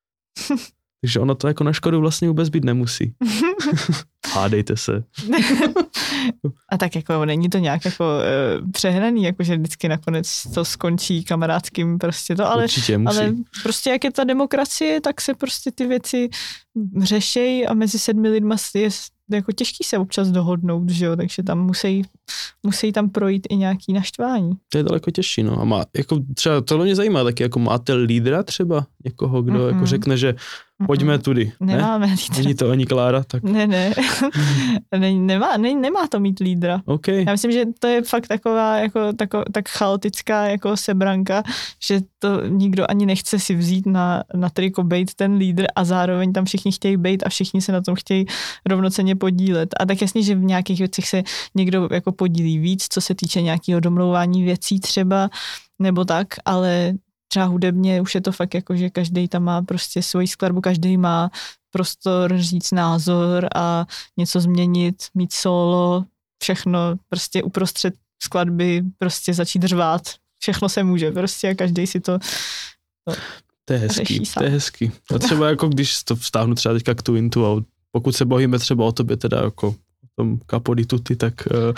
Takže ono to jako na škodu vlastně vůbec být nemusí. Hádejte se. A tak jako není to nějak jako přehnaný, jakože vždycky nakonec to skončí kamarádským prostě to, ale, ale prostě jak je ta demokracie, tak se prostě ty věci řešejí a mezi 7 lidma je jako těžký se občas dohodnout, že jo, takže tam musí tam projít i nějaký naštvání. To je daleko těžší, no. A má, jako třeba tohle mě zajímá, taky jako máte lídra třeba někoho, kdo jako řekne, že pojďme tudy. Nemáme lídra. Není to ani Klára, tak. Ne. Nemá to mít lídra. Okay. Já myslím, že to je fakt taková jako tak chaotická jako sebranka, že to nikdo ani nechce si vzít na triko bejt ten lídr a zároveň tam všichni chtějí bejt a všichni se na tom chtějí rovnocenně podílet. A tak jasně, že v nějakých věcech se někdo jako podílí víc, co se týče nějakého domlouvání věcí třeba, nebo tak, ale třeba hudebně už je to fakt jako, že každý tam má prostě svoji skladbu, každý má prostor říct názor a něco změnit, mít solo, všechno prostě uprostřed skladby prostě začít řvát. Všechno se může prostě a každý si to je hezký. A třeba jako když to vztáhnu třeba teďka k Twintu a pokud se bavíme třeba o tobě teda jako o tom Capo di Tutti, tak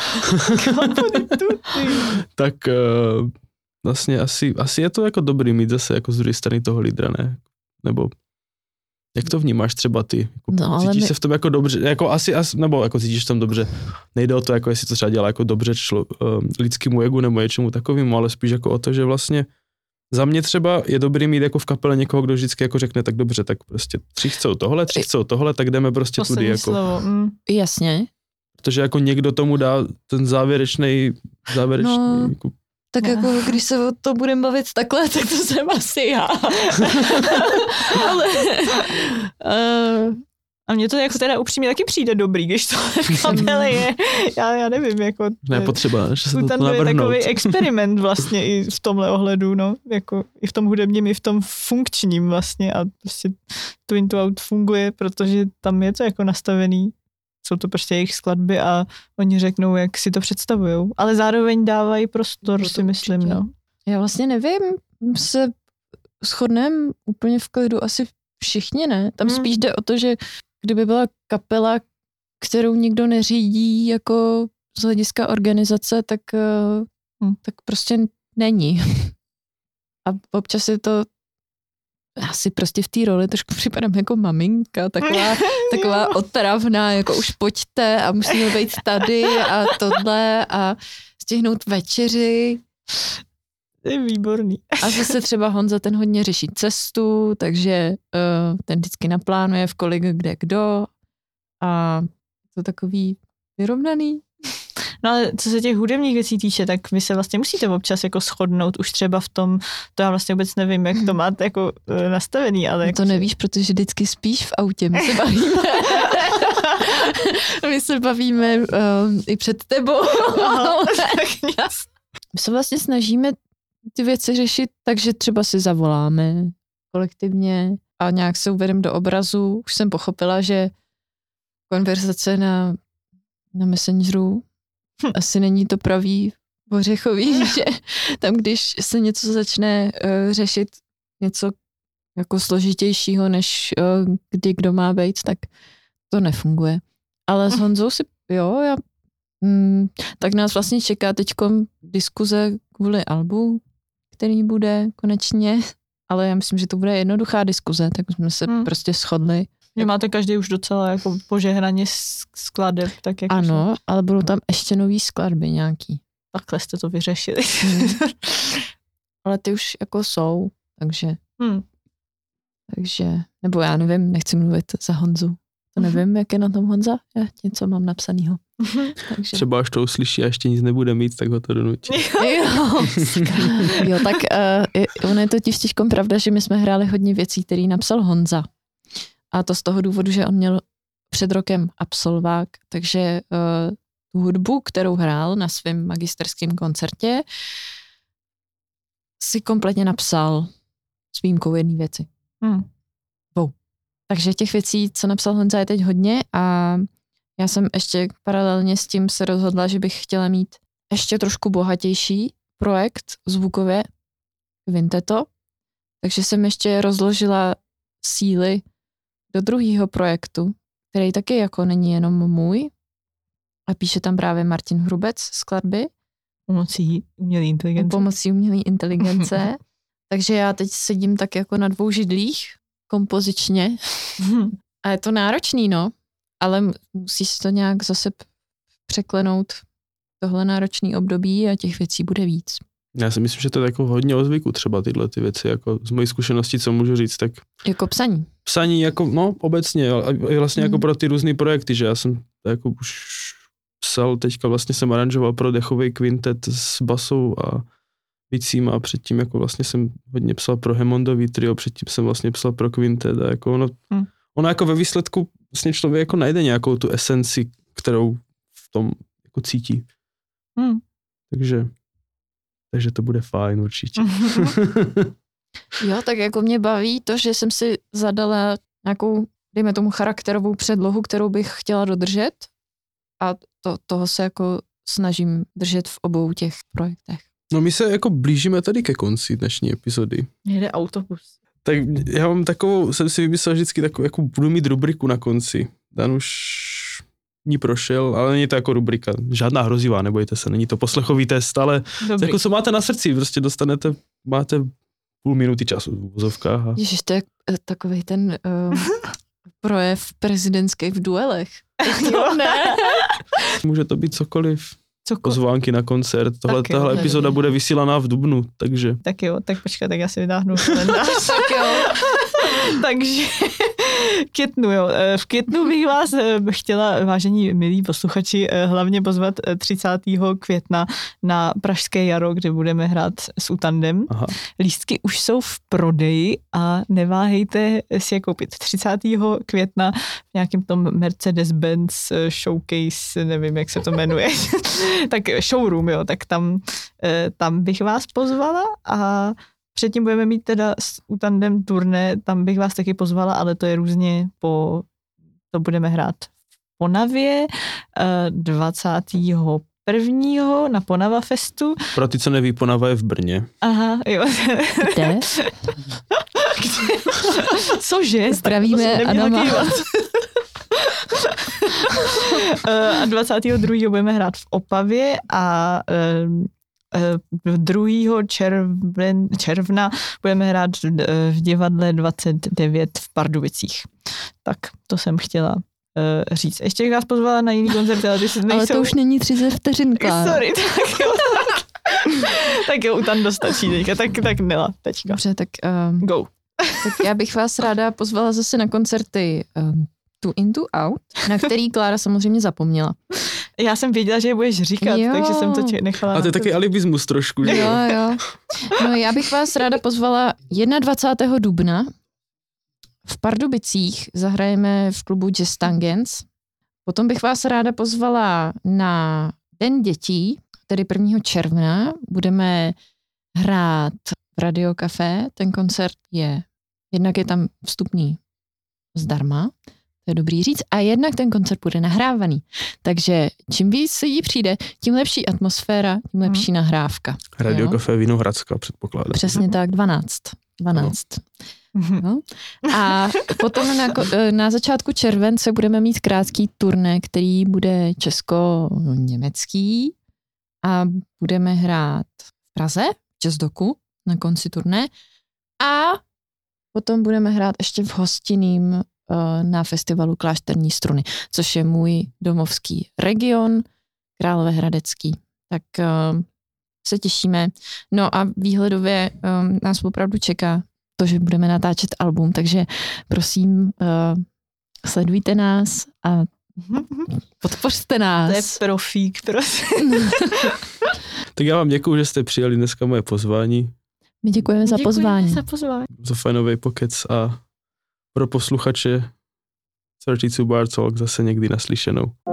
tak vlastně asi je to jako dobrý mít zase jako z druhé strany toho lídra, ne? Nebo jak to vnímáš třeba ty? Jako, cítíš se v tom jako dobře, jako asi, nebo jako cítíš v tom dobře. Nejde o to, jako jestli to třeba dělá jako dobře lidskému egu nebo něčemu takovému, ale spíš jako o to, že vlastně za mě třeba je dobrý mít jako v kapele někoho, kdo vždycky jako řekne tak dobře, tak prostě 3 chcou tohle, tak jdeme prostě tudy. Jako. Slovo. Jasně. Protože jako někdo tomu dá ten závěrečný jako, tak jako, když se o to budeme bavit takhle, tak to jsem asi já. Ale a mně to jako teda upřímně taky přijde dobrý, když to v kapele je. Já nevím, jako... Nepotřeba, že se to navrhnout. Je takový experiment vlastně i v tomhle ohledu, no. Jako i v tom hudebním, i v tom funkčním vlastně a prostě Twin to Out funguje, protože tam je to jako nastavený. Jsou to prostě jejich skladby a oni řeknou, jak si to představujou. Ale zároveň dávají prostor, si myslím, určitě. No. Já vlastně nevím, se shodneme úplně v klidu asi všichni, ne? Tam spíš jde o to, že kdyby byla kapela, kterou nikdo neřídí jako z hlediska organizace, tak prostě není. A občas je to já si prostě v té roli trošku připadám jako maminka, taková otravná, jako už pojďte a musíme být tady a tohle a stihnout večeři. Je výborný. A zase třeba Honza ten hodně řeší cestu, takže ten vždycky naplánuje v kolik kde kdo a to takový vyrovnaný. No ale co se těch hudebních věcí týče, tak vy se vlastně musíte občas jako shodnout už třeba v tom, to já vlastně vůbec nevím, jak to máte jako nastavený, ale... No to nevíš, protože vždycky spíš v autě, my se bavíme. My se bavíme i před tebou. My se vlastně snažíme ty věci řešit, takže třeba si zavoláme kolektivně a nějak se uvedeme do obrazu. Už jsem pochopila, že konverzace na Messengeru asi není to pravý ořechový, že tam, když se něco začne řešit, něco jako složitějšího, než kdy kdo má být, tak to nefunguje. Ale s Honzou si, tak nás vlastně čeká teďkom diskuze kvůli albu, který bude konečně, ale já myslím, že to bude jednoduchá diskuze, tak jsme se prostě shodli. Že máte každý už docela jako požehnaně skladeb. Tak jako ano, ale budou tam ještě nový skladby nějaký. Takhle jste to vyřešili. Ale ty už jako jsou, takže, nebo já nevím, nechci mluvit za Honzu. To nevím, jak je na tom Honza, já něco mám napsanýho. Takže. Třeba až to uslyší a ještě nic nebude mít, tak ho to donutí. Jo, tak ono je totiž těžko pravda, že my jsme hráli hodně věcí, který napsal Honza. A to z toho důvodu, že on měl před rokem absolvák, takže tu hudbu, kterou hrál na svém magisterském koncertě, si kompletně napsal s výjimkou jedné věci. Takže těch věcí, co napsal Honza, je teď hodně a já jsem ještě paralelně s tím se rozhodla, že bych chtěla mít ještě trošku bohatější projekt zvukově, Quinteto, takže jsem ještě rozložila síly do druhého projektu, který taky jako není jenom můj a píše tam právě Martin Hrubec skladby. Pomocí umělé inteligence. Takže já teď sedím tak jako na 2 židlích kompozičně a je to náročný, ale musíš to nějak zase překlenout tohle náročný období a těch věcí bude víc. Já si myslím, že to je jako hodně o zvyku třeba tyhle ty věci, jako z mojí zkušenosti, co můžu říct, tak... Jako psaní. Psaní jako, obecně, ale vlastně jako pro ty různý projekty, že já jsem jako už psal, teďka vlastně jsem aranžoval pro dechový kvintet s basou a bicím a předtím jako vlastně jsem hodně psal pro Hammondový trio, předtím jsem vlastně psal pro kvintet a jako ono jako ve výsledku vlastně člověk jako najde nějakou tu esenci, kterou v tom jako cítí. Takže to bude fajn určitě. Jo, tak jako mě baví to, že jsem si zadala nějakou, dejme tomu, charakterovou předlohu, kterou bych chtěla dodržet a toho se jako snažím držet v obou těch projektech. No my se jako blížíme tady ke konci dnešní epizody. Jede autobus. Tak já mám takovou, jsem si vymyslel vždycky takovou, jako budu mít rubriku na konci. Dan už ní prošel, ale není to jako rubrika, žádná hrozivá, nebojte se, není to poslechový test, ale jako co máte na srdci, prostě máte půl minuty času v vozovkách. Ježiš, to je takovej ten projev prezidentský v duelech. Jo, ne. Může to být cokoliv. Pozvánky na koncert. Tahle epizoda bude vysílaná v dubnu, takže... Tak jo, tak počkej, tak já si vytáhnu kalendář. Tak jo. Takže květnu, jo. V květnu bych vás chtěla, vážení milí posluchači, hlavně pozvat 30. května na Pražské jaro, kde budeme hrát s Utandem. Aha. Lístky už jsou v prodeji a neváhejte si je koupit. 30. května v nějakém tom Mercedes-Benz showcase, nevím, jak se to jmenuje, tak showroom, jo, tak tam bych vás pozvala a předtím budeme mít teda s Utandem turné, tam bych vás taky pozvala, ale to je různě to budeme hrát v Ponavě 21. na Ponava Festu. Pro ty, co neví, Ponava je v Brně. Aha, jo. Kde? Cože? Zdravíme Adama. A 22. budeme hrát v Opavě a 2. června budeme hrát v divadle 29 v Pardubicích. Tak to jsem chtěla říct. Ještě bych vás pozvala na jiný koncert, ale ty si nejsou... Ale to už není 30 vteřin, Klára. Sorry, tak jo. Tak jo, tam dostačí teďka, tak Nela, teďka. Dobře, tak... Go. Tak já bych vás ráda pozvala zase na koncerty Tu Into Out, na který Klára samozřejmě zapomněla. Já jsem věděla, že je budeš říkat, takže jsem to nechala. A to je taky alibismus trošku, že jo? No já bych vás ráda pozvala 21. dubna v Pardubicích, zahrajeme v klubu Jazz Tangens. Potom bych vás ráda pozvala na Den dětí, tedy 1. června. Budeme hrát v Radio Café. Ten koncert jednak je tam vstupný zdarma, to je dobrý říct, a jednak ten koncert bude nahrávaný. Takže čím víc lidí přijde, tím lepší atmosféra, tím lepší nahrávka. Radio Café Vinohradská, předpokládám. Přesně tak, 12. No. A potom na začátku července budeme mít krátký turné, který bude česko-německý a budeme hrát v Praze, v Jazzdoku, na konci turné a potom budeme hrát ještě v Hostinním na festivalu Klášterní struny, což je můj domovský region, Královéhradecký. Tak se těšíme. No a výhledově nás opravdu čeká to, že budeme natáčet album, takže prosím, sledujte nás a podpořte nás. To je profík, prosím. Tak já vám děkuju, že jste přijali dneska moje pozvání. My děkujeme za pozvání. Za fajnový pokec a pro posluchače 32 Bar Talk zase někdy naslyšenou.